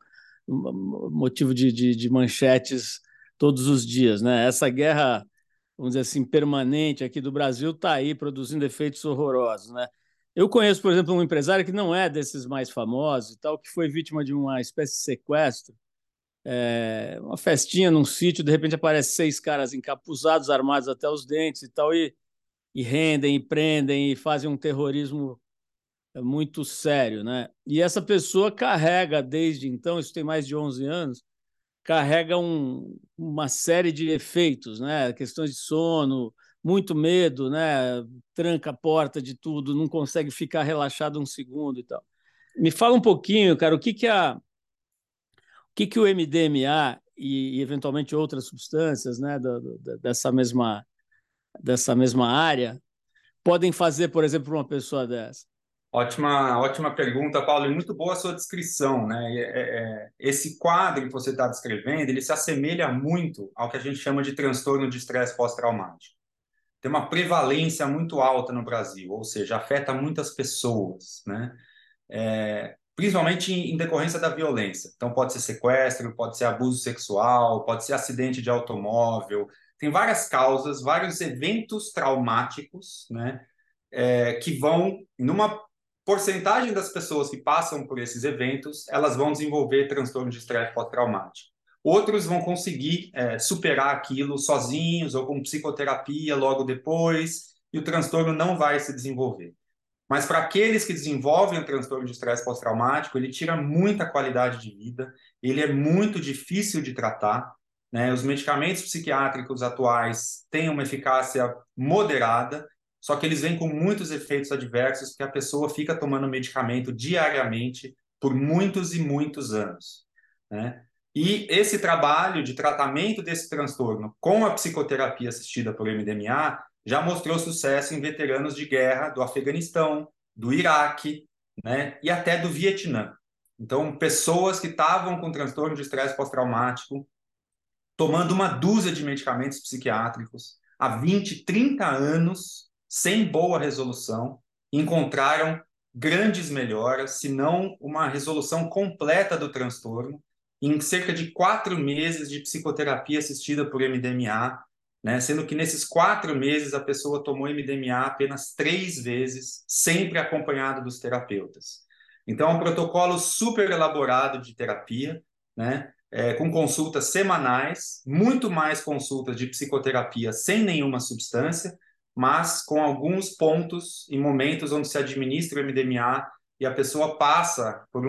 [SPEAKER 2] motivo de manchetes todos os dias, né? Essa guerra, vamos dizer assim, permanente aqui do Brasil está aí produzindo efeitos horrorosos, né? Eu conheço, por exemplo, um empresário que não é desses mais famosos e tal, que foi vítima de uma espécie de sequestro. Uma festinha num sítio, de repente aparecem 6 caras encapuzados, armados até os dentes e tal, e rendem, e prendem, e fazem um terrorismo muito sério, né? E essa pessoa carrega, desde então, isso tem mais de 11 anos, carrega uma série de efeitos, né? Questões de sono, muito medo, né? Tranca a porta de tudo, não consegue ficar relaxado um segundo e tal. Me fala um pouquinho, cara, o que o MDMA e eventualmente outras substâncias, né, dessa mesma área podem fazer, por exemplo, para uma pessoa dessa?
[SPEAKER 3] Ótima pergunta, Paulo, e muito boa a sua descrição, né? Esse quadro que você está descrevendo, ele se assemelha muito ao que a gente chama de transtorno de estresse pós-traumático. Tem uma prevalência muito alta no Brasil, ou seja, afeta muitas pessoas, né? Principalmente em decorrência da violência. Então, pode ser sequestro, pode ser abuso sexual, pode ser acidente de automóvel. Tem várias causas, vários eventos traumáticos, né? Que vão, numa porcentagem das pessoas que passam por esses eventos, elas vão desenvolver transtorno de estresse pós-traumático. Outros vão conseguir superar aquilo sozinhos ou com psicoterapia logo depois, e o transtorno não vai se desenvolver. Mas para aqueles que desenvolvem o transtorno de estresse pós-traumático, ele tira muita qualidade de vida, ele é muito difícil de tratar, né? Os medicamentos psiquiátricos atuais têm uma eficácia moderada, só que eles vêm com muitos efeitos adversos, porque a pessoa fica tomando medicamento diariamente por muitos e muitos anos, né? E esse trabalho de tratamento desse transtorno com a psicoterapia assistida por MDMA já mostrou sucesso em veteranos de guerra do Afeganistão, do Iraque, né, e até do Vietnã. Então, pessoas que estavam com transtorno de estresse pós-traumático, tomando uma dúzia de medicamentos psiquiátricos há 20, 30 anos, sem boa resolução, encontraram grandes melhoras, se não uma resolução completa do transtorno, em cerca de 4 meses de psicoterapia assistida por MDMA, né? Sendo que nesses 4 meses a pessoa tomou MDMA apenas 3 vezes, sempre acompanhado dos terapeutas. Então, é um protocolo super elaborado de terapia, né? Com consultas semanais, muito mais consultas de psicoterapia sem nenhuma substância, mas com alguns pontos e momentos onde se administra o MDMA e a pessoa passa por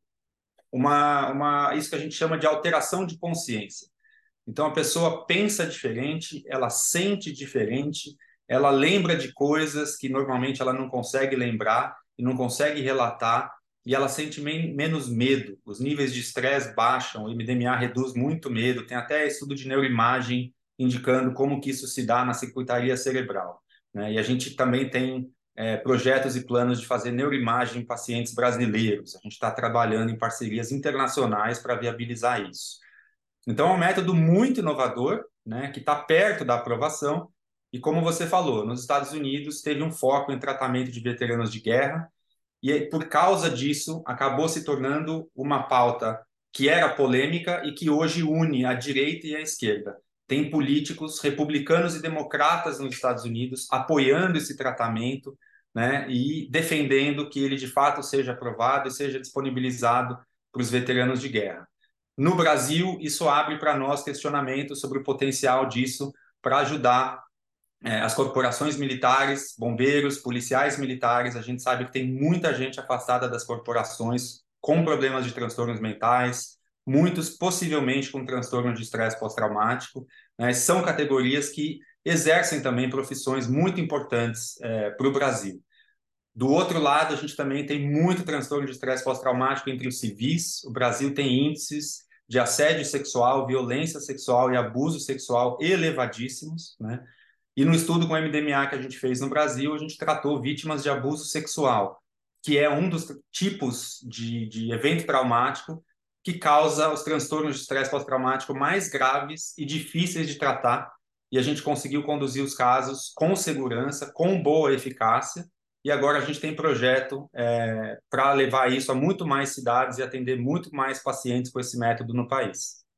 [SPEAKER 3] isso que a gente chama de alteração de consciência. Então, a pessoa pensa diferente, ela sente diferente, ela lembra de coisas que normalmente ela não consegue lembrar e não consegue relatar, e ela sente menos medo. Os níveis de estresse baixam, o MDMA reduz muito medo. Tem até estudo de neuroimagem indicando como que isso se dá na circuitaria cerebral, né? E a gente também tem projetos e planos de fazer neuroimagem em pacientes brasileiros. A gente está trabalhando em parcerias internacionais para viabilizar isso. Então, é um método muito inovador, né, que está perto da aprovação. E como você falou, nos Estados Unidos teve um foco em tratamento de veteranos de guerra, e por causa disso acabou se tornando uma pauta que era polêmica e que hoje une a direita e a esquerda. Tem políticos republicanos e democratas nos Estados Unidos apoiando esse tratamento, né, e defendendo que ele de fato seja aprovado e seja disponibilizado para os veteranos de guerra. No Brasil, isso abre para nós questionamentos sobre o potencial disso para ajudar as corporações militares, bombeiros, policiais militares. A gente sabe que tem muita gente afastada das corporações com problemas de transtornos mentais, muitos possivelmente com transtorno de estresse pós-traumático, né? São categorias que exercem também profissões muito importantes para o Brasil. Do outro lado, a gente também tem muito transtorno de estresse pós-traumático entre os civis. O Brasil tem índices de assédio sexual, violência sexual e abuso sexual elevadíssimos, né? E no estudo com MDMA que a gente fez no Brasil, a gente tratou vítimas de abuso sexual, que é um dos tipos de evento traumático que causa os transtornos de estresse pós-traumático mais graves e difíceis de tratar. E a gente conseguiu conduzir os casos com segurança, com boa eficácia. E agora a gente tem projeto para levar isso a muito mais cidades e atender muito mais pacientes com esse método no país.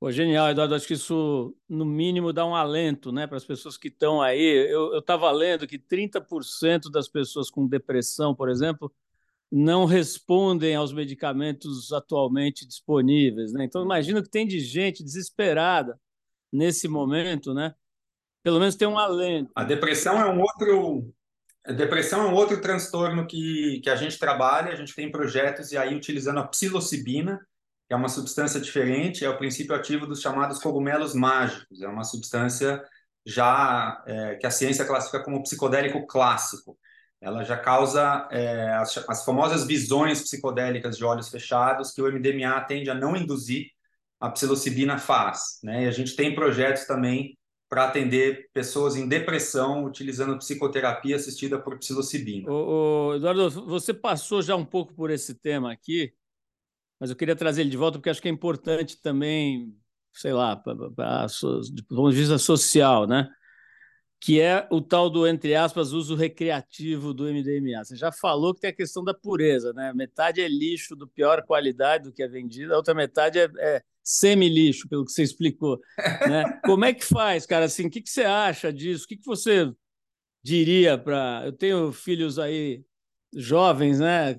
[SPEAKER 2] Pô, genial, Eduardo. Acho que isso, no mínimo, dá um alento, né, para as pessoas que estão aí. Eu estava lendo que 30% das pessoas com depressão, por exemplo, não respondem aos medicamentos atualmente disponíveis, né? Então, imagino que tem de gente desesperada nesse momento, né? Pelo menos tem um alento.
[SPEAKER 3] A depressão é um outro, a depressão é um outro transtorno que a gente trabalha, a gente tem projetos e aí utilizando a psilocibina, que é uma substância diferente, é o princípio ativo dos chamados cogumelos mágicos, é uma substância já que a ciência classifica como psicodélico clássico. Ela já causa as famosas visões psicodélicas de olhos fechados que o MDMA tende a não induzir, a psilocibina faz, né? E a gente tem projetos também para atender pessoas em depressão utilizando psicoterapia assistida por psilocibina.
[SPEAKER 2] Eduardo, você passou já um pouco por esse tema aqui, mas eu queria trazer ele de volta porque acho que é importante também, sei lá, do ponto de vista social, né? Que é o tal do, entre aspas, uso recreativo do MDMA. Você já falou que tem a questão da pureza, né? Metade é lixo do pior qualidade do que é vendido, a outra metade é semi-lixo, pelo que você explicou, né? Como é que faz, cara? Assim, o que você acha disso? O que você diria para... Eu tenho filhos aí jovens, né?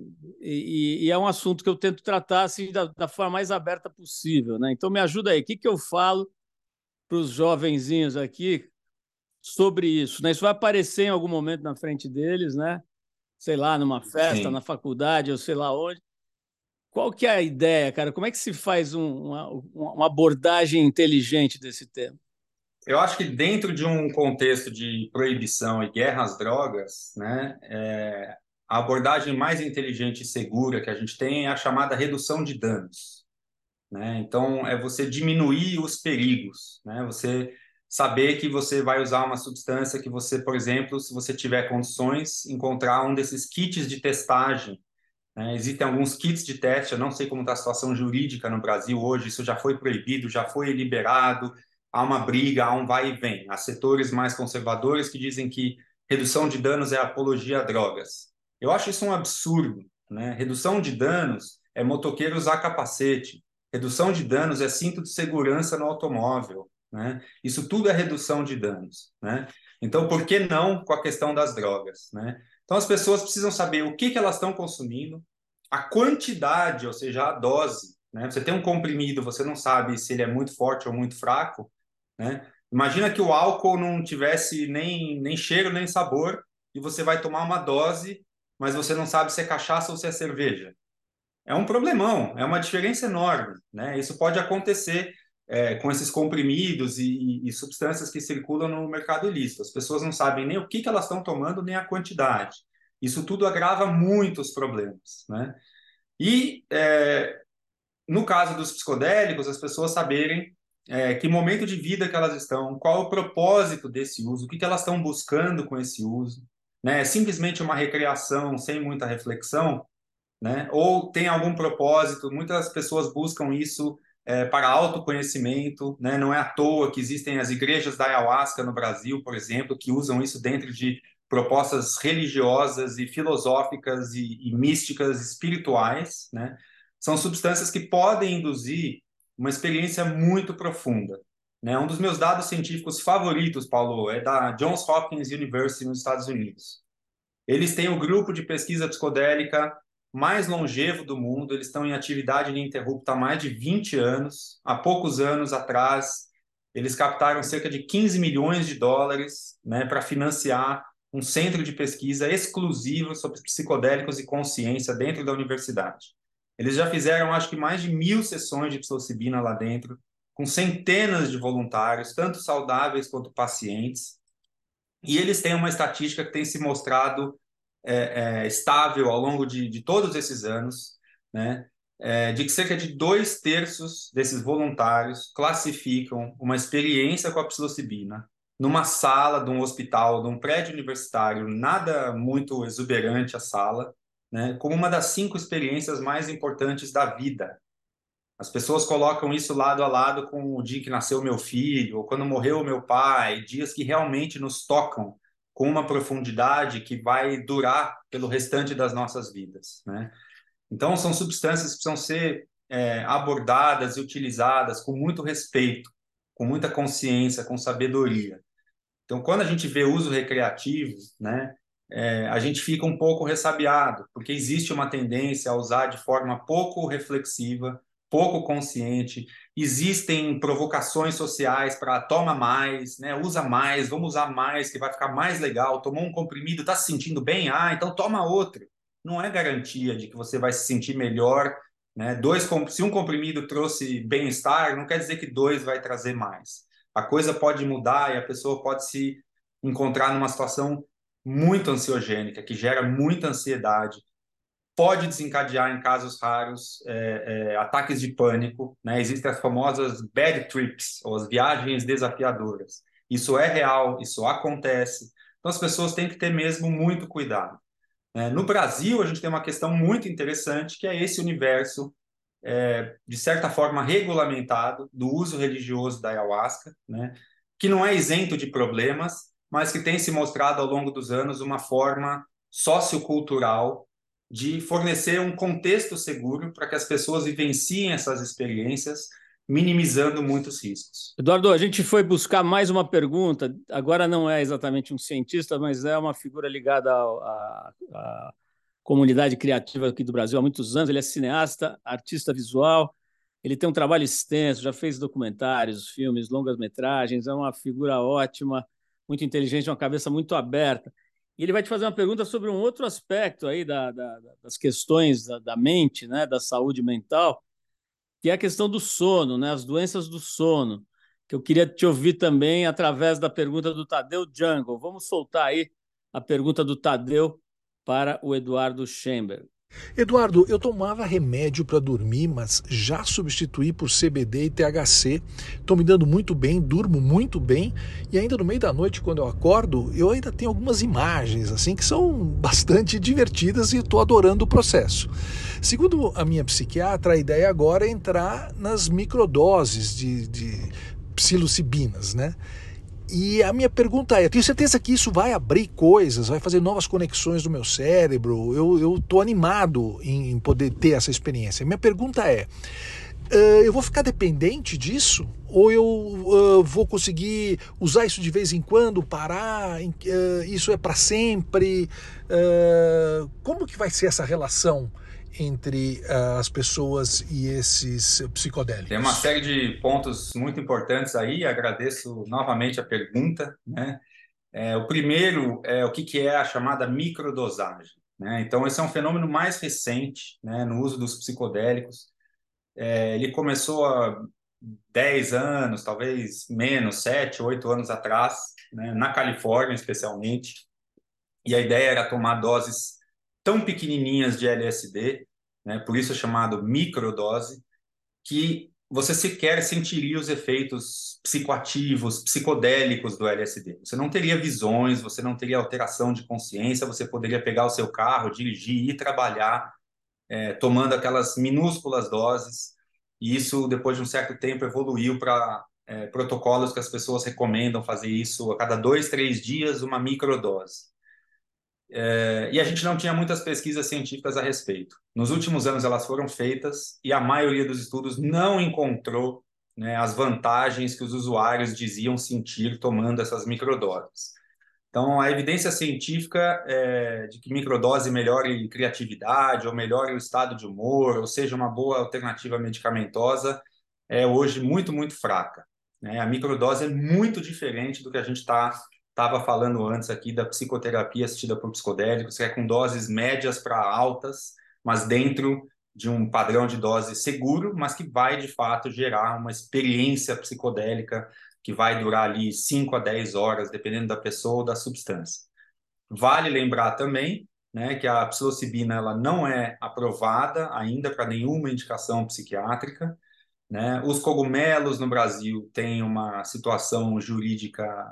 [SPEAKER 2] E é um assunto que eu tento tratar assim, da forma mais aberta possível, né? Então me ajuda aí. O que eu falo para os jovenzinhos aqui sobre isso, né? Isso vai aparecer em algum momento na frente deles, né? Sei lá, numa festa, na
[SPEAKER 3] Sim.
[SPEAKER 2] faculdade, ou sei lá onde. Qual que é a ideia, cara? Como é que se faz uma abordagem inteligente desse tema?
[SPEAKER 3] Eu acho que dentro de um contexto de proibição e guerra às drogas, né, a abordagem mais inteligente e segura que a gente tem é a chamada redução de danos, né? Então, é você diminuir os perigos, né? Você saber que você vai usar uma substância que você, por exemplo, se você tiver condições, encontrar um desses kits de testagem, né? Existem alguns kits de teste, eu não sei como está a situação jurídica no Brasil hoje, isso já foi proibido, já foi liberado, há uma briga, há um vai e vem. Há setores mais conservadores que dizem que redução de danos é apologia a drogas. Eu acho isso um absurdo, né? Redução de danos é motoqueiro usar capacete, redução de danos é cinto de segurança no automóvel, né? Isso tudo é redução de danos, né? Então, por que não com a questão das drogas, né? Então, as pessoas precisam saber o que elas estão consumindo, a quantidade, ou seja, a dose, né? Você tem um comprimido, você não sabe se ele é muito forte ou muito fraco, né? Imagina que o álcool não tivesse nem cheiro nem sabor e você vai tomar uma dose, mas você não sabe se é cachaça ou se é cerveja. É um problemão, é uma diferença enorme, né? Isso pode acontecer com esses comprimidos e substâncias que circulam no mercado ilícito. As pessoas não sabem nem o que elas estão tomando, nem a quantidade. Isso tudo agrava muitos problemas, né? E, no caso dos psicodélicos, as pessoas saberem que momento de vida que elas estão, qual é o propósito desse uso, o que elas estão buscando com esse uso, né? É simplesmente uma recreação sem muita reflexão, né? Ou tem algum propósito? Muitas pessoas buscam isso para autoconhecimento, né? Não é à toa que existem as igrejas da ayahuasca no Brasil, por exemplo, que usam isso dentro de propostas religiosas e filosóficas e místicas, espirituais, né? São substâncias que podem induzir uma experiência muito profunda, né? Um dos meus dados científicos favoritos, Paulo, é da Johns Hopkins University nos Estados Unidos. Eles têm o grupo de pesquisa psicodélica mais longevo do mundo, eles estão em atividade ininterrupta há mais de 20 anos. Há poucos anos atrás, eles captaram cerca de 15 milhões de dólares, né, para financiar um centro de pesquisa exclusivo sobre psicodélicos e consciência dentro da universidade. Eles já fizeram, acho que, mais de 1.000 sessões de psilocibina lá dentro, com centenas de voluntários, tanto saudáveis quanto pacientes. E eles têm uma estatística que tem se mostrado estável ao longo de todos esses anos, né? De que cerca de 2/3 desses voluntários classificam uma experiência com a psilocibina numa sala de um hospital, de um prédio universitário, nada muito exuberante a sala, né? Como uma das 5 experiências mais importantes da vida. As pessoas colocam isso lado a lado com o dia que nasceu meu filho, ou quando morreu o meu pai, dias que realmente nos tocam com uma profundidade que vai durar pelo restante das nossas vidas, né? Então, são substâncias que precisam ser abordadas e utilizadas com muito respeito, com muita consciência, com sabedoria. Então, quando a gente vê uso recreativo, né, a gente fica um pouco ressabiado, porque existe uma tendência a usar de forma pouco reflexiva, pouco consciente. Existem provocações sociais para toma mais, né, usa mais, vamos usar mais, que vai ficar mais legal. Tomou um comprimido, está se sentindo bem? Ah, então toma outro. Não é garantia de que você vai se sentir melhor, né? Se um comprimido trouxe bem-estar, não quer dizer que dois vai trazer mais. A coisa pode mudar e a pessoa pode se encontrar numa situação muito ansiogênica, que gera muita ansiedade, pode desencadear, em casos raros, ataques de pânico, né? Existem as famosas bad trips, ou as viagens desafiadoras. Isso é real, isso acontece. Então, as pessoas têm que ter mesmo muito cuidado. No Brasil, a gente tem uma questão muito interessante, que é esse universo, de certa forma, regulamentado do uso religioso da ayahuasca, né? Que não é isento de problemas, mas que tem se mostrado ao longo dos anos uma forma sociocultural de fornecer um contexto seguro para que as pessoas vivenciem essas experiências, minimizando muitos riscos.
[SPEAKER 2] Eduardo, a gente foi buscar mais uma pergunta. Agora não é exatamente um cientista, mas é uma figura ligada à comunidade criativa aqui do Brasil há muitos anos. Ele é cineasta, artista visual. Ele tem um trabalho extenso, já fez documentários, filmes, longas-metragens. É uma figura ótima, muito inteligente, uma cabeça muito aberta. E ele vai te fazer uma pergunta sobre um outro aspecto aí das questões da mente, né, da saúde mental, que é a questão do sono, né? As doenças do sono, que eu queria te ouvir também através da pergunta do Tadeu Jungle. Vamos soltar aí a pergunta do Tadeu para o Eduardo Schemberg.
[SPEAKER 5] Eduardo, eu tomava remédio para dormir, mas já substituí por CBD e THC. Estou me dando muito bem, durmo muito bem e ainda no meio da noite, quando eu acordo, eu ainda tenho algumas imagens assim que são bastante divertidas e estou adorando o processo. Segundo a minha psiquiatra, a ideia agora é entrar nas microdoses de psilocibinas, né? E a minha pergunta é, eu tenho certeza que isso vai abrir coisas, vai fazer novas conexões no meu cérebro, eu estou animado em poder ter essa experiência. Minha pergunta é, eu vou ficar dependente disso? Ou eu vou conseguir usar isso de vez em quando, parar, isso é para sempre? Como que vai ser essa relação entre as pessoas e esses psicodélicos?
[SPEAKER 3] Tem uma série de pontos muito importantes aí, agradeço novamente a pergunta, né? O primeiro é o que é a chamada microdosagem, né? Então, esse é um fenômeno mais recente, né, no uso dos psicodélicos. Ele começou há 10 anos, talvez menos, 7, 8 anos atrás, né, na Califórnia especialmente, e a ideia era tomar doses tão pequenininhas de LSD, né, por isso é chamado microdose, que você sequer sentiria os efeitos psicoativos, psicodélicos do LSD. Você não teria visões, você não teria alteração de consciência, você poderia pegar o seu carro, dirigir e trabalhar, tomando aquelas minúsculas doses. E isso, depois de um certo tempo, evoluiu para protocolos que as pessoas recomendam fazer isso a cada 2, 3 dias, uma microdose. E a gente não tinha muitas pesquisas científicas a respeito. Nos últimos anos elas foram feitas e a maioria dos estudos não encontrou, né, as vantagens que os usuários diziam sentir tomando essas microdoses. Então, a evidência científica de que microdose melhore criatividade ou melhore o estado de humor, ou seja, uma boa alternativa medicamentosa, é hoje muito, muito fraca, né? A microdose é muito diferente do que a gente estava falando antes aqui da psicoterapia assistida por psicodélicos, que é com doses médias para altas, mas dentro de um padrão de dose seguro, mas que vai, de fato, gerar uma experiência psicodélica que vai durar ali 5 a 10 horas, dependendo da pessoa ou da substância. Vale lembrar também, né, que a psilocibina ela não é aprovada ainda para nenhuma indicação psiquiátrica, né? Os cogumelos no Brasil têm uma situação jurídica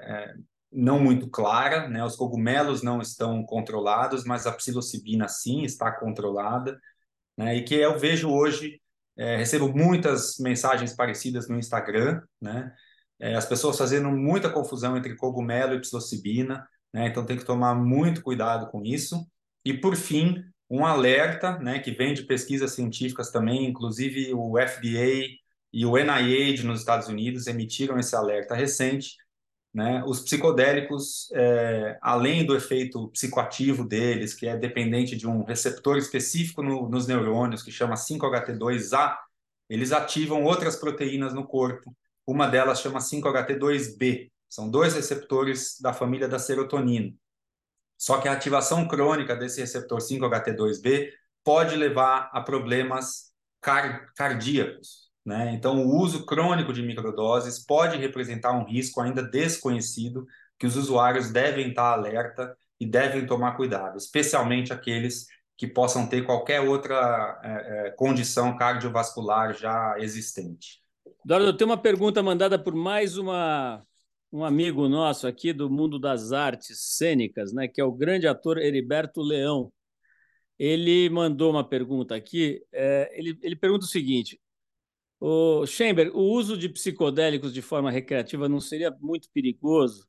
[SPEAKER 3] não muito clara, né? Os cogumelos não estão controlados, mas a psilocibina sim está controlada, né? E que eu vejo hoje, recebo muitas mensagens parecidas no Instagram, né? As pessoas fazendo muita confusão entre cogumelo e psilocibina, né? Então tem que tomar muito cuidado com isso. E por fim, um alerta, né, que vem de pesquisas científicas também, inclusive o FDA e o NIH nos Estados Unidos emitiram esse alerta recente, né? Os psicodélicos, além do efeito psicoativo deles, que é dependente de um receptor específico nos neurônios, que chama 5-HT2A, eles ativam outras proteínas no corpo. Uma delas chama 5-HT2B. São dois receptores da família da serotonina. Só que a ativação crônica desse receptor 5-HT2B pode levar a problemas cardíacos, né? Então, o uso crônico de microdoses pode representar um risco ainda desconhecido que os usuários devem estar alerta e devem tomar cuidado, especialmente aqueles que possam ter qualquer outra condição cardiovascular já existente.
[SPEAKER 2] Eduardo, eu tenho uma pergunta mandada por mais um amigo nosso aqui do mundo das artes cênicas, né, que é o grande ator Heriberto Leão. Ele mandou uma pergunta aqui. Ele pergunta o seguinte: o Schemberg, o uso de psicodélicos de forma recreativa não seria muito perigoso?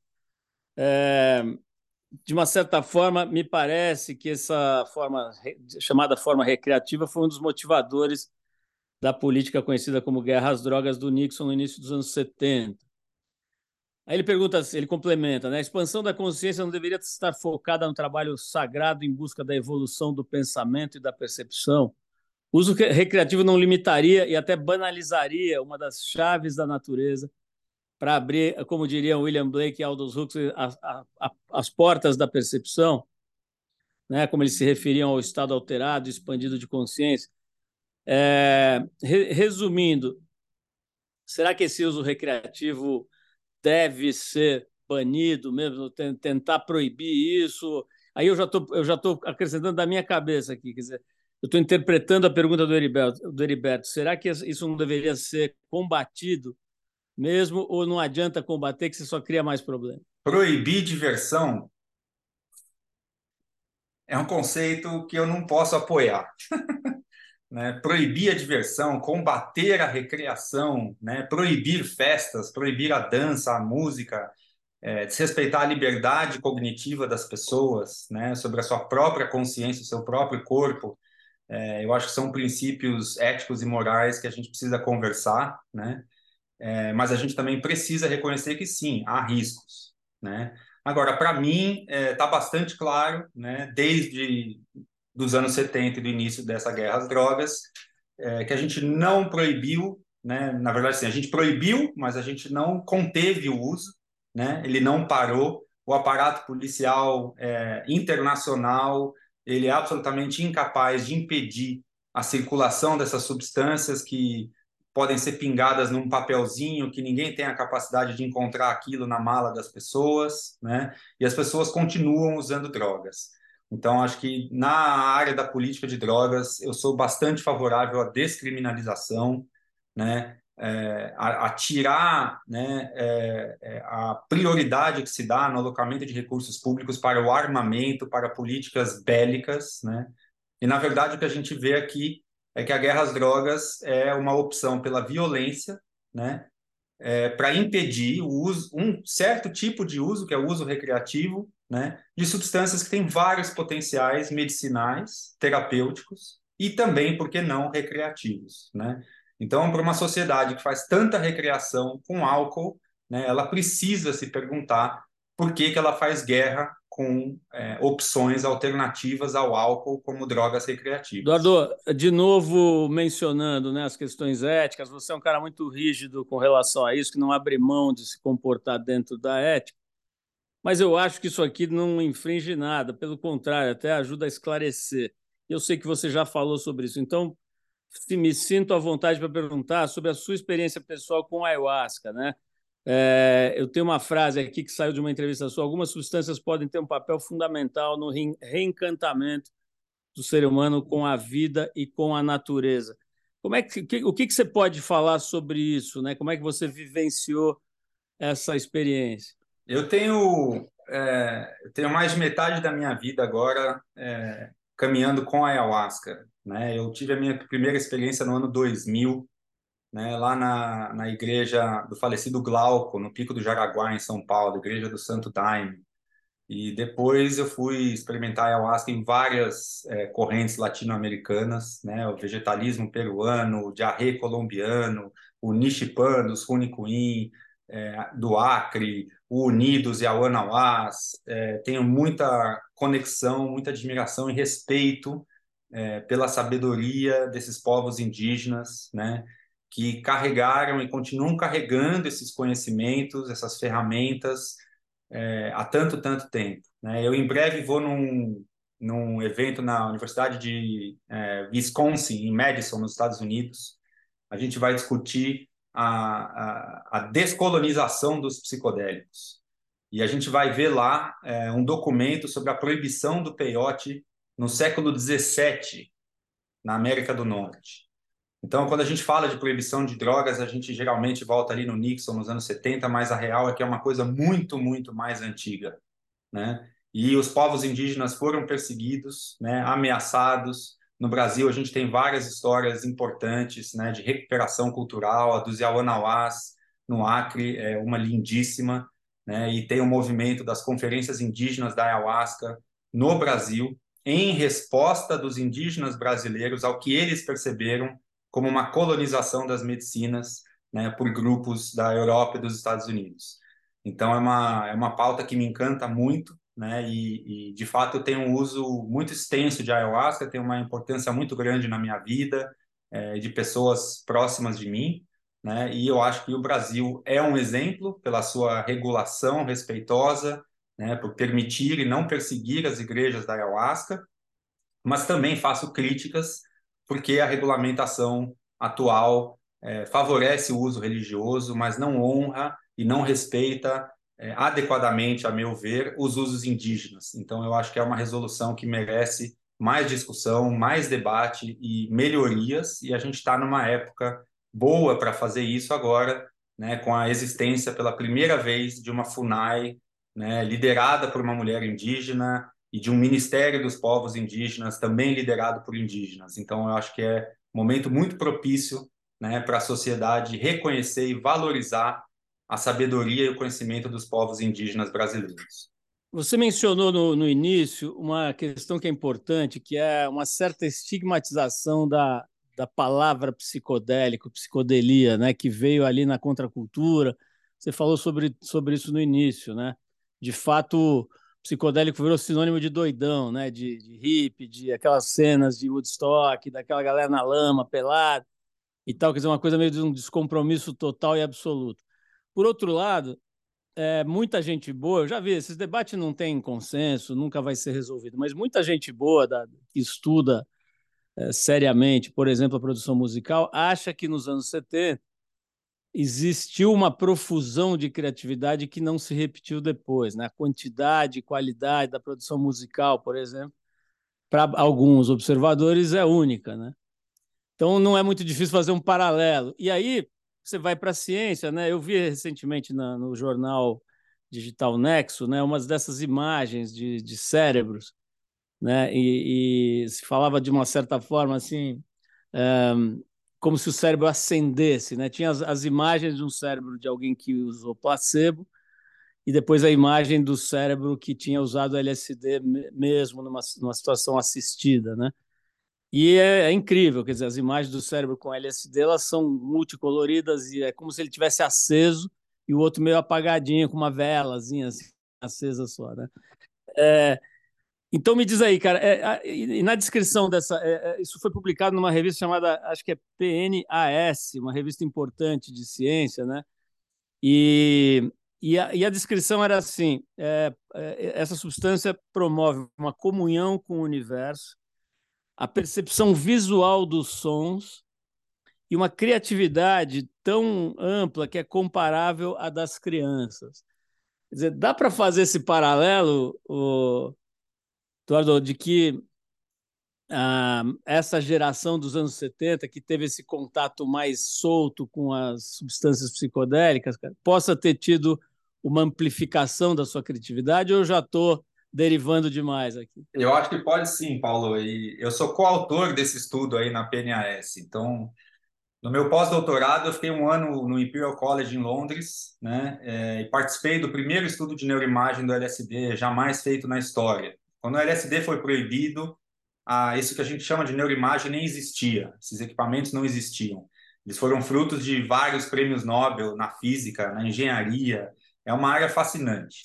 [SPEAKER 2] De uma certa forma, me parece que essa chamada forma recreativa foi um dos motivadores da política conhecida como guerra às drogas do Nixon no início dos anos 70. Aí ele pergunta, ele complementa, né? A expansão da consciência não deveria estar focada no trabalho sagrado em busca da evolução do pensamento e da percepção. O uso recreativo não limitaria e até banalizaria uma das chaves da natureza para abrir, como diriam William Blake e Aldous Huxley, as portas da percepção, né? Como eles se referiam ao estado alterado, expandido de consciência. Resumindo, será que esse uso recreativo deve ser banido mesmo, tentar proibir isso? Aí eu já tô acrescentando da minha cabeça aqui, quer dizer, eu estou interpretando a pergunta do Heriberto. Será que isso não deveria ser combatido mesmo, ou não adianta combater que você só cria mais problema?
[SPEAKER 3] Proibir diversão é um conceito que eu não posso apoiar. Né? Proibir a diversão, combater a recreação, né? Proibir festas, proibir a dança, a música, desrespeitar a liberdade cognitiva das pessoas, né? Sobre a sua própria consciência, o seu próprio corpo. Eu acho que são princípios éticos e morais que a gente precisa conversar, né? Mas a gente também precisa reconhecer que sim, há riscos, né? Agora, para mim, está bastante claro, né? Desde dos anos 70 e do início dessa guerra às drogas, que a gente não proibiu, né? Na verdade, sim, a gente proibiu, mas a gente não conteve o uso, né? Ele não parou. O aparato policial internacional, ele é absolutamente incapaz de impedir a circulação dessas substâncias que podem ser pingadas num papelzinho, que ninguém tem a capacidade de encontrar aquilo na mala das pessoas, né? E as pessoas continuam usando drogas. Então, acho que na área da política de drogas, eu sou bastante favorável à descriminalização, né? A tirar, né, a prioridade que se dá no alocamento de recursos públicos para o armamento, para políticas bélicas, né? E, na verdade, o que a gente vê aqui é que a guerra às drogas é uma opção pela violência, né? Para impedir o uso, um certo tipo de uso, que é o uso recreativo, né, de substâncias que têm vários potenciais medicinais, terapêuticos e também, por que não, recreativos, né? Então, para uma sociedade que faz tanta recreação com álcool, né, ela precisa se perguntar por que ela faz guerra com opções alternativas ao álcool como drogas recreativas.
[SPEAKER 2] Eduardo, de novo mencionando, né, as questões éticas, você é um cara muito rígido com relação a isso, que não abre mão de se comportar dentro da ética, mas eu acho que isso aqui não infringe nada, pelo contrário, até ajuda a esclarecer. Eu sei que você já falou sobre isso, então me sinto à vontade para perguntar sobre a sua experiência pessoal com ayahuasca, né? Eu tenho uma frase aqui que saiu de uma entrevista sua: algumas substâncias podem ter um papel fundamental no reencantamento do ser humano com a vida e com a natureza. O que você pode falar sobre isso, né? Como é que você vivenciou essa experiência?
[SPEAKER 3] Eu tenho mais de metade da minha vida agora caminhando com a ayahuasca, né? Eu tive a minha primeira experiência no ano 2000, né? Lá na igreja do falecido Glauco, no Pico do Jaraguá, em São Paulo, igreja do Santo Daime. E depois eu fui experimentar ayahuasca em várias correntes latino-americanas, né? O vegetalismo peruano, o jarré colombiano, o Nichipan, dos Runicuim, do Acre, o Unidos e a Wanawás. Tenho muita conexão, muita admiração e respeito pela sabedoria desses povos indígenas, né? Que carregaram e continuam carregando esses conhecimentos, essas ferramentas há tanto tempo, né? Eu em breve vou num evento na Universidade de Wisconsin, em Madison, nos Estados Unidos. A gente vai discutir a descolonização dos psicodélicos. E a gente vai ver lá um documento sobre a proibição do peiote no século XVII, na América do Norte. Então, quando a gente fala de proibição de drogas, a gente geralmente volta ali no Nixon, nos anos 70, mas a real é que é uma coisa muito mais antiga, né? E os povos indígenas foram perseguidos, né, ameaçados. No Brasil, a gente tem várias histórias importantes, né, de recuperação cultural. A dos Yawanawás, no Acre, é uma lindíssima, né? E tem o movimento das conferências indígenas da Ayahuasca no Brasil, em resposta dos indígenas brasileiros ao que eles perceberam como uma colonização das medicinas, né, por grupos da Europa e dos Estados Unidos. Então, é uma pauta que me encanta muito, né, de fato, eu tenho um uso muito extenso de ayahuasca, tem uma importância muito grande na minha vida, de pessoas próximas de mim, né, e eu acho que o Brasil é um exemplo pela sua regulação respeitosa, né, por permitir e não perseguir as igrejas da ayahuasca, mas também faço críticas porque a regulamentação atual favorece o uso religioso, mas não honra e não respeita adequadamente, a meu ver, os usos indígenas. Então, eu acho que é uma resolução que merece mais discussão, mais debate e melhorias, e a gente está numa época boa para fazer isso agora, né, com a existência pela primeira vez de uma FUNAI, né, liderada por uma mulher indígena, e de um Ministério dos Povos Indígenas, também liderado por indígenas. Então, eu acho que é um momento muito propício, né, para a sociedade reconhecer e valorizar a sabedoria e o conhecimento dos povos indígenas brasileiros.
[SPEAKER 2] Você mencionou no início uma questão que é importante, que é uma certa estigmatização da palavra psicodélico, psicodelia, né, que veio ali na contracultura. Você falou sobre isso no início, né? De fato, psicodélico virou sinônimo de doidão, né? De hippie, de aquelas cenas de Woodstock, daquela galera na lama, pelada e tal, quer dizer, uma coisa meio de um descompromisso total e absoluto. Por outro lado, muita gente boa, eu já vi, esses debates não têm consenso, nunca vai ser resolvido, mas muita gente boa que estuda seriamente, por exemplo, a produção musical, acha que nos anos 70 existiu uma profusão de criatividade que não se repetiu depois, né? A quantidade e qualidade da produção musical, por exemplo, para alguns observadores é única, né? Então não é muito difícil fazer um paralelo. E aí você vai para a ciência, né? Eu vi recentemente no jornal Digital Nexo, né, umas dessas imagens de cérebros, né? E se falava de uma certa forma assim, como se o cérebro acendesse, né? Tinha as imagens de um cérebro de alguém que usou placebo e depois a imagem do cérebro que tinha usado LSD mesmo numa situação assistida, né? E é incrível, quer dizer, as imagens do cérebro com LSD, elas são multicoloridas e é como se ele tivesse aceso e o outro meio apagadinho, com uma velazinha assim, acesa só, né? Então me diz aí, cara, e na descrição dessa, isso foi publicado numa revista chamada, acho que é PNAS, uma revista importante de ciência, né? E, e a descrição era assim, essa substância promove uma comunhão com o universo, a percepção visual dos sons e uma criatividade tão ampla que é comparável à das crianças. Quer dizer, dá para fazer esse paralelo, Eduardo, de que essa geração dos anos 70, que teve esse contato mais solto com as substâncias psicodélicas, cara, possa ter tido uma amplificação da sua criatividade, ou eu já estou derivando demais aqui?
[SPEAKER 3] Eu acho que pode sim, Paulo. E eu sou coautor desse estudo aí na PNAS. Então, No meu pós-doutorado, eu fiquei um ano no Imperial College em Londres, né, e participei do primeiro estudo de neuroimagem do LSD jamais feito na história. Quando o LSD foi proibido, isso que a gente chama de neuroimagem nem existia, esses equipamentos não existiam. Eles foram frutos de vários prêmios Nobel na física, na engenharia, é uma área fascinante.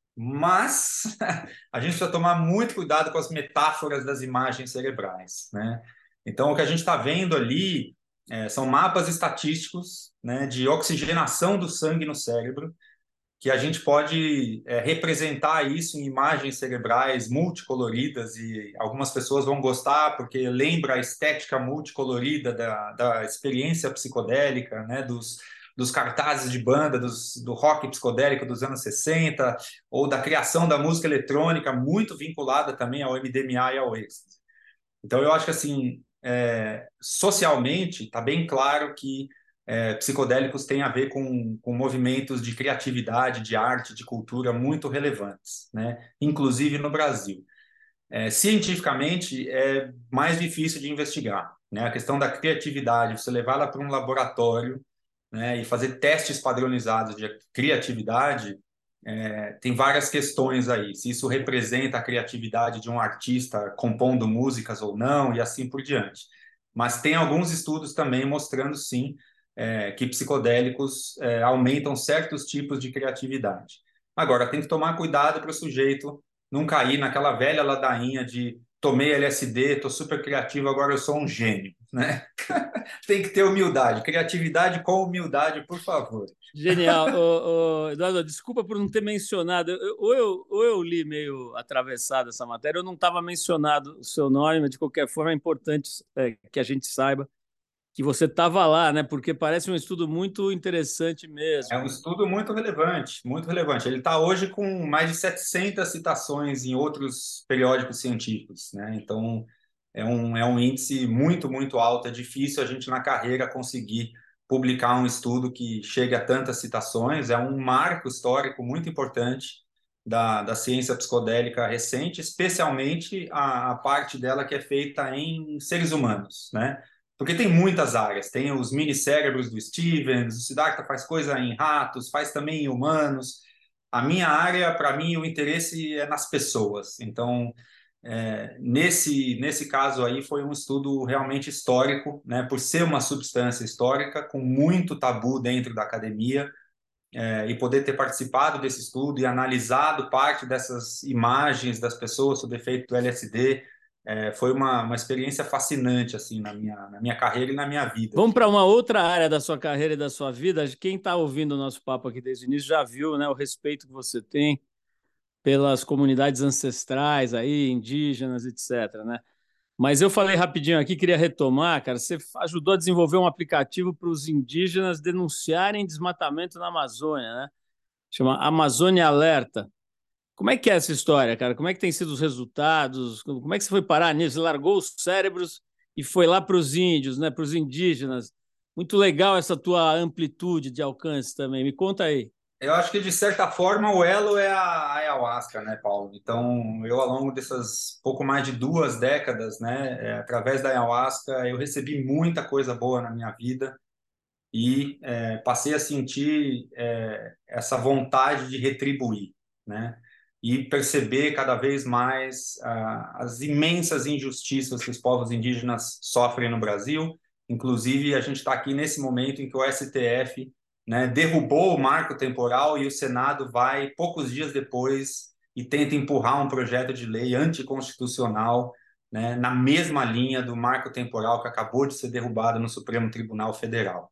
[SPEAKER 3] Mas a gente precisa tomar muito cuidado com as metáforas das imagens cerebrais, né? Então, o que a gente está vendo ali são mapas estatísticos, né, de oxigenação do sangue no cérebro, que a gente pode representar isso em imagens cerebrais multicoloridas, e algumas pessoas vão gostar porque lembra a estética multicolorida da experiência psicodélica, né, dos cartazes de banda, do rock psicodélico dos anos 60, ou da criação da música eletrônica, muito vinculada também ao MDMA e ao êxtase. Então, eu acho que, assim, socialmente, está bem claro que psicodélicos têm a ver com movimentos de criatividade, de arte, de cultura muito relevantes, né? Inclusive no Brasil. Cientificamente, é mais difícil de investigar, né? A questão da criatividade, você levá-la para um laboratório, né, e fazer testes padronizados de criatividade, tem várias questões aí. Se isso representa a criatividade de um artista compondo músicas ou não, e assim por diante. Mas tem alguns estudos também mostrando, sim, que psicodélicos aumentam certos tipos de criatividade. Agora, tem que tomar cuidado para o sujeito não cair naquela velha ladainha de tomei LSD, estou super criativo, agora eu sou um gênio, né? Tem que ter humildade, criatividade com humildade, por favor.
[SPEAKER 2] Genial. Eduardo, desculpa por não ter mencionado. Ou eu li meio atravessado essa matéria, eu não estava mencionado o seu nome, mas de qualquer forma é importante que a gente saiba que você estava lá, né? Porque parece um estudo muito interessante mesmo.
[SPEAKER 3] É um estudo muito relevante, muito relevante. Ele está hoje com mais de 700 citações em outros periódicos científicos, né? Então, é um índice muito, muito alto. É difícil a gente, na carreira, conseguir publicar um estudo que chegue a tantas citações. É um marco histórico muito importante da ciência psicodélica recente, especialmente a parte dela que é feita em seres humanos, né? Porque tem muitas áreas, tem os minicérebros do Stevens, o Siddhartha faz coisa em ratos, faz também em humanos. A minha área, para mim, o interesse é nas pessoas. Então, nesse caso aí, foi um estudo realmente histórico, né, por ser uma substância histórica, com muito tabu dentro da academia, e poder ter participado desse estudo e analisado parte dessas imagens das pessoas sob efeito do LSD, foi uma experiência fascinante assim na minha carreira e na minha vida.
[SPEAKER 2] Vamos para uma outra área da sua carreira e da sua vida. Quem está ouvindo o nosso papo aqui desde o início já viu, né, o respeito que você tem pelas comunidades ancestrais aí, indígenas, etc, né? Mas eu falei rapidinho aqui, queria retomar, cara. Você ajudou a desenvolver um aplicativo para os indígenas denunciarem desmatamento na Amazônia, né? Chama Amazônia Alerta. Como é que é essa história, cara? Como é que tem sido os resultados? Como é que você foi parar nisso? Você largou os cérebros e foi lá para os índios, né? Para os indígenas. Muito legal essa tua amplitude de alcance também. Me conta aí.
[SPEAKER 3] Eu acho que, de certa forma, o elo é a ayahuasca, né, Paulo? Então, eu, ao longo dessas pouco mais de 2 décadas, né, através da ayahuasca, eu recebi muita coisa boa na minha vida e passei a sentir essa vontade de retribuir, né? E perceber cada vez mais as imensas injustiças que os povos indígenas sofrem no Brasil. Inclusive, a gente está aqui nesse momento em que o STF, né, derrubou o marco temporal e o Senado vai, poucos dias depois, e tenta empurrar um projeto de lei anticonstitucional, né, na mesma linha do marco temporal que acabou de ser derrubado no Supremo Tribunal Federal.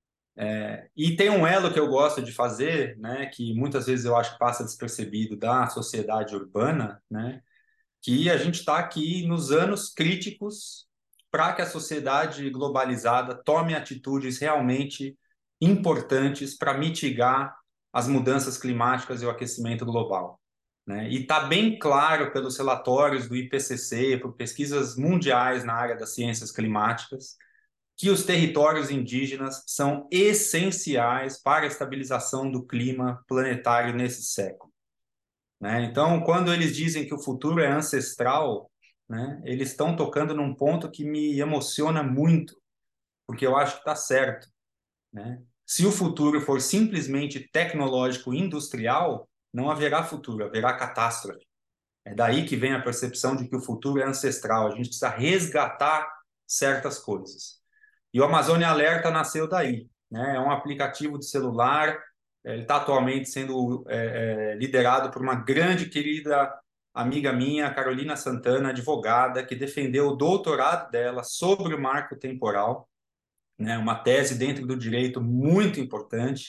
[SPEAKER 3] E tem um elo que eu gosto de fazer, né, que muitas vezes eu acho que passa despercebido da sociedade urbana, né, que a gente está aqui nos anos críticos para que a sociedade globalizada tome atitudes realmente importantes para mitigar as mudanças climáticas e o aquecimento global, né? E está bem claro pelos relatórios do IPCC, por pesquisas mundiais na área das ciências climáticas, que os territórios indígenas são essenciais para a estabilização do clima planetário nesse século, né? Então, quando eles dizem que o futuro é ancestral, né, eles estão tocando num ponto que me emociona muito, porque eu acho que está certo, né? Se o futuro for simplesmente tecnológico industrial, não haverá futuro, haverá catástrofe. É daí que vem a percepção de que o futuro é ancestral, a gente precisa resgatar certas coisas. E o Amazônia Alerta nasceu daí, né? É um aplicativo de celular, ele está atualmente sendo liderado por uma grande querida amiga minha, Carolina Santana, advogada, que defendeu o doutorado dela sobre o marco temporal, né? Uma tese dentro do direito muito importante.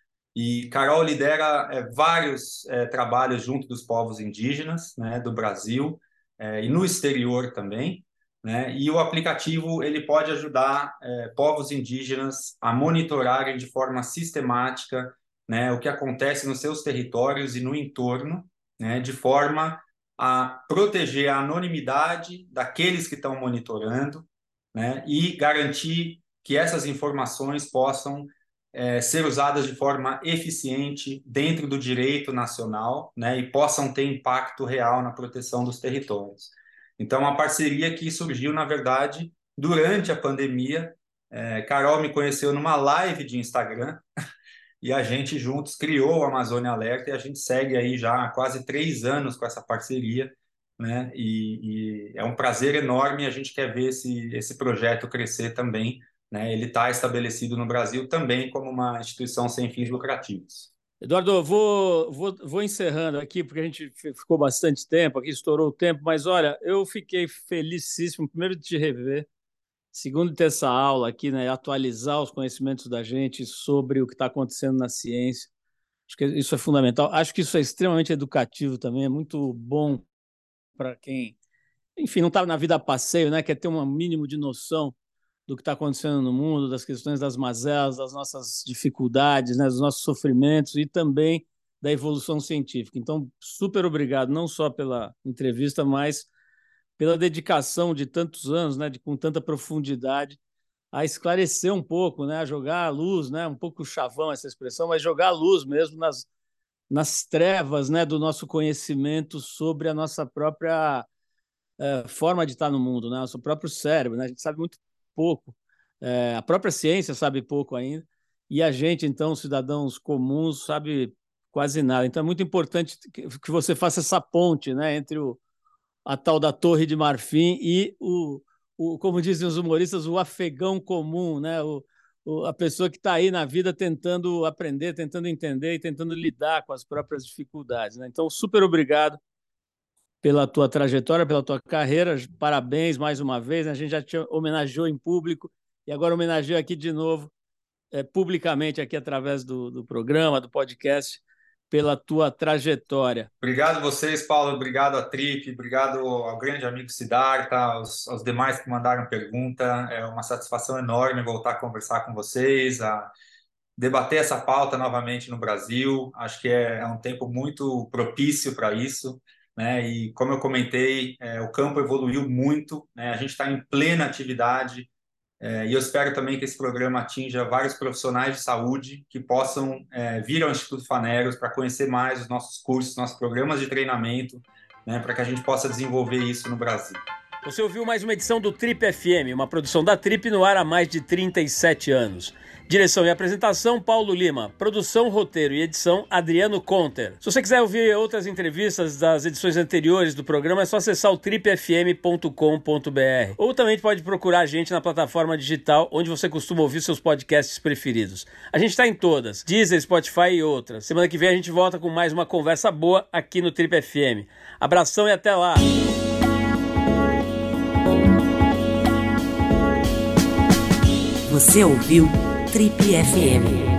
[SPEAKER 3] E Carol lidera vários trabalhos junto dos povos indígenas, né, do Brasil e no exterior também, né? E o aplicativo ele pode ajudar povos indígenas a monitorarem de forma sistemática, né, o que acontece nos seus territórios e no entorno, né, de forma a proteger a anonimidade daqueles que estão monitorando, né, e garantir que essas informações possam ser usadas de forma eficiente dentro do direito nacional, né, e possam ter impacto real na proteção dos territórios. Então, uma parceria que surgiu, na verdade, durante a pandemia. Carol me conheceu numa live de Instagram e a gente juntos criou o Amazônia Alerta e a gente segue aí já há quase 3 anos com essa parceria, né? E é um prazer enorme, a gente quer ver esse projeto crescer também, né? Ele está estabelecido no Brasil também como uma instituição sem fins lucrativos.
[SPEAKER 2] Eduardo, vou encerrando aqui, porque a gente ficou bastante tempo aqui, estourou o tempo, mas olha, eu fiquei felicíssimo, primeiro, de te rever, segundo, de ter essa aula aqui, né, atualizar os conhecimentos da gente sobre o que está acontecendo na ciência. Acho que isso é fundamental. Acho que isso é extremamente educativo também, é muito bom para quem, enfim, não está na vida a passeio, né, quer ter um mínimo de noção do que está acontecendo no mundo, das questões das mazelas, das nossas dificuldades, né, dos nossos sofrimentos e também da evolução científica. Então, super obrigado, não só pela entrevista, mas pela dedicação de tantos anos, né, com tanta profundidade, a esclarecer um pouco, né, a jogar a luz, né, um pouco chavão essa expressão, mas jogar a luz mesmo nas trevas, né, do nosso conhecimento sobre a nossa própria forma de estar no mundo, né, nosso próprio cérebro, né, a gente sabe muito pouco, a própria ciência sabe pouco ainda, e a gente, então, cidadãos comuns, sabe quase nada. Então é muito importante que você faça essa ponte, né, entre a tal da Torre de Marfim e como dizem os humoristas, o afegão comum, né, a pessoa que está aí na vida tentando aprender, tentando entender e tentando lidar com as próprias dificuldades, né? Então, super obrigado pela tua trajetória, pela tua carreira, parabéns mais uma vez, né? A gente já te homenageou em público e agora homenageou aqui de novo, publicamente, aqui através do programa, do podcast, pela tua trajetória.
[SPEAKER 3] Obrigado a vocês, Paulo, obrigado a Trip, obrigado ao grande amigo Siddhartha, aos demais que mandaram pergunta. É uma satisfação enorme voltar a conversar com vocês, a debater essa pauta novamente no Brasil. Acho que é um tempo muito propício para isso, né? E como eu comentei, o campo evoluiu muito, né? A gente está em plena atividade, e eu espero também que esse programa atinja vários profissionais de saúde que possam vir ao Instituto Phaneros para conhecer mais os nossos cursos, nossos programas de treinamento, né? Para que a gente possa desenvolver isso no Brasil.
[SPEAKER 2] Você ouviu mais uma edição do Trip FM, uma produção da Trip no ar há mais de 37 anos. Direção e apresentação, Paulo Lima. Produção, roteiro e edição, Adriano Conter. Se você quiser ouvir outras entrevistas das edições anteriores do programa, é só acessar o tripfm.com.br. Ou também pode procurar a gente na plataforma digital onde você costuma ouvir seus podcasts preferidos. A gente está em todas, Deezer, Spotify e outras. Semana que vem a gente volta com mais uma conversa boa aqui no Trip FM. Abração e até lá!
[SPEAKER 1] Você ouviu Trip FM.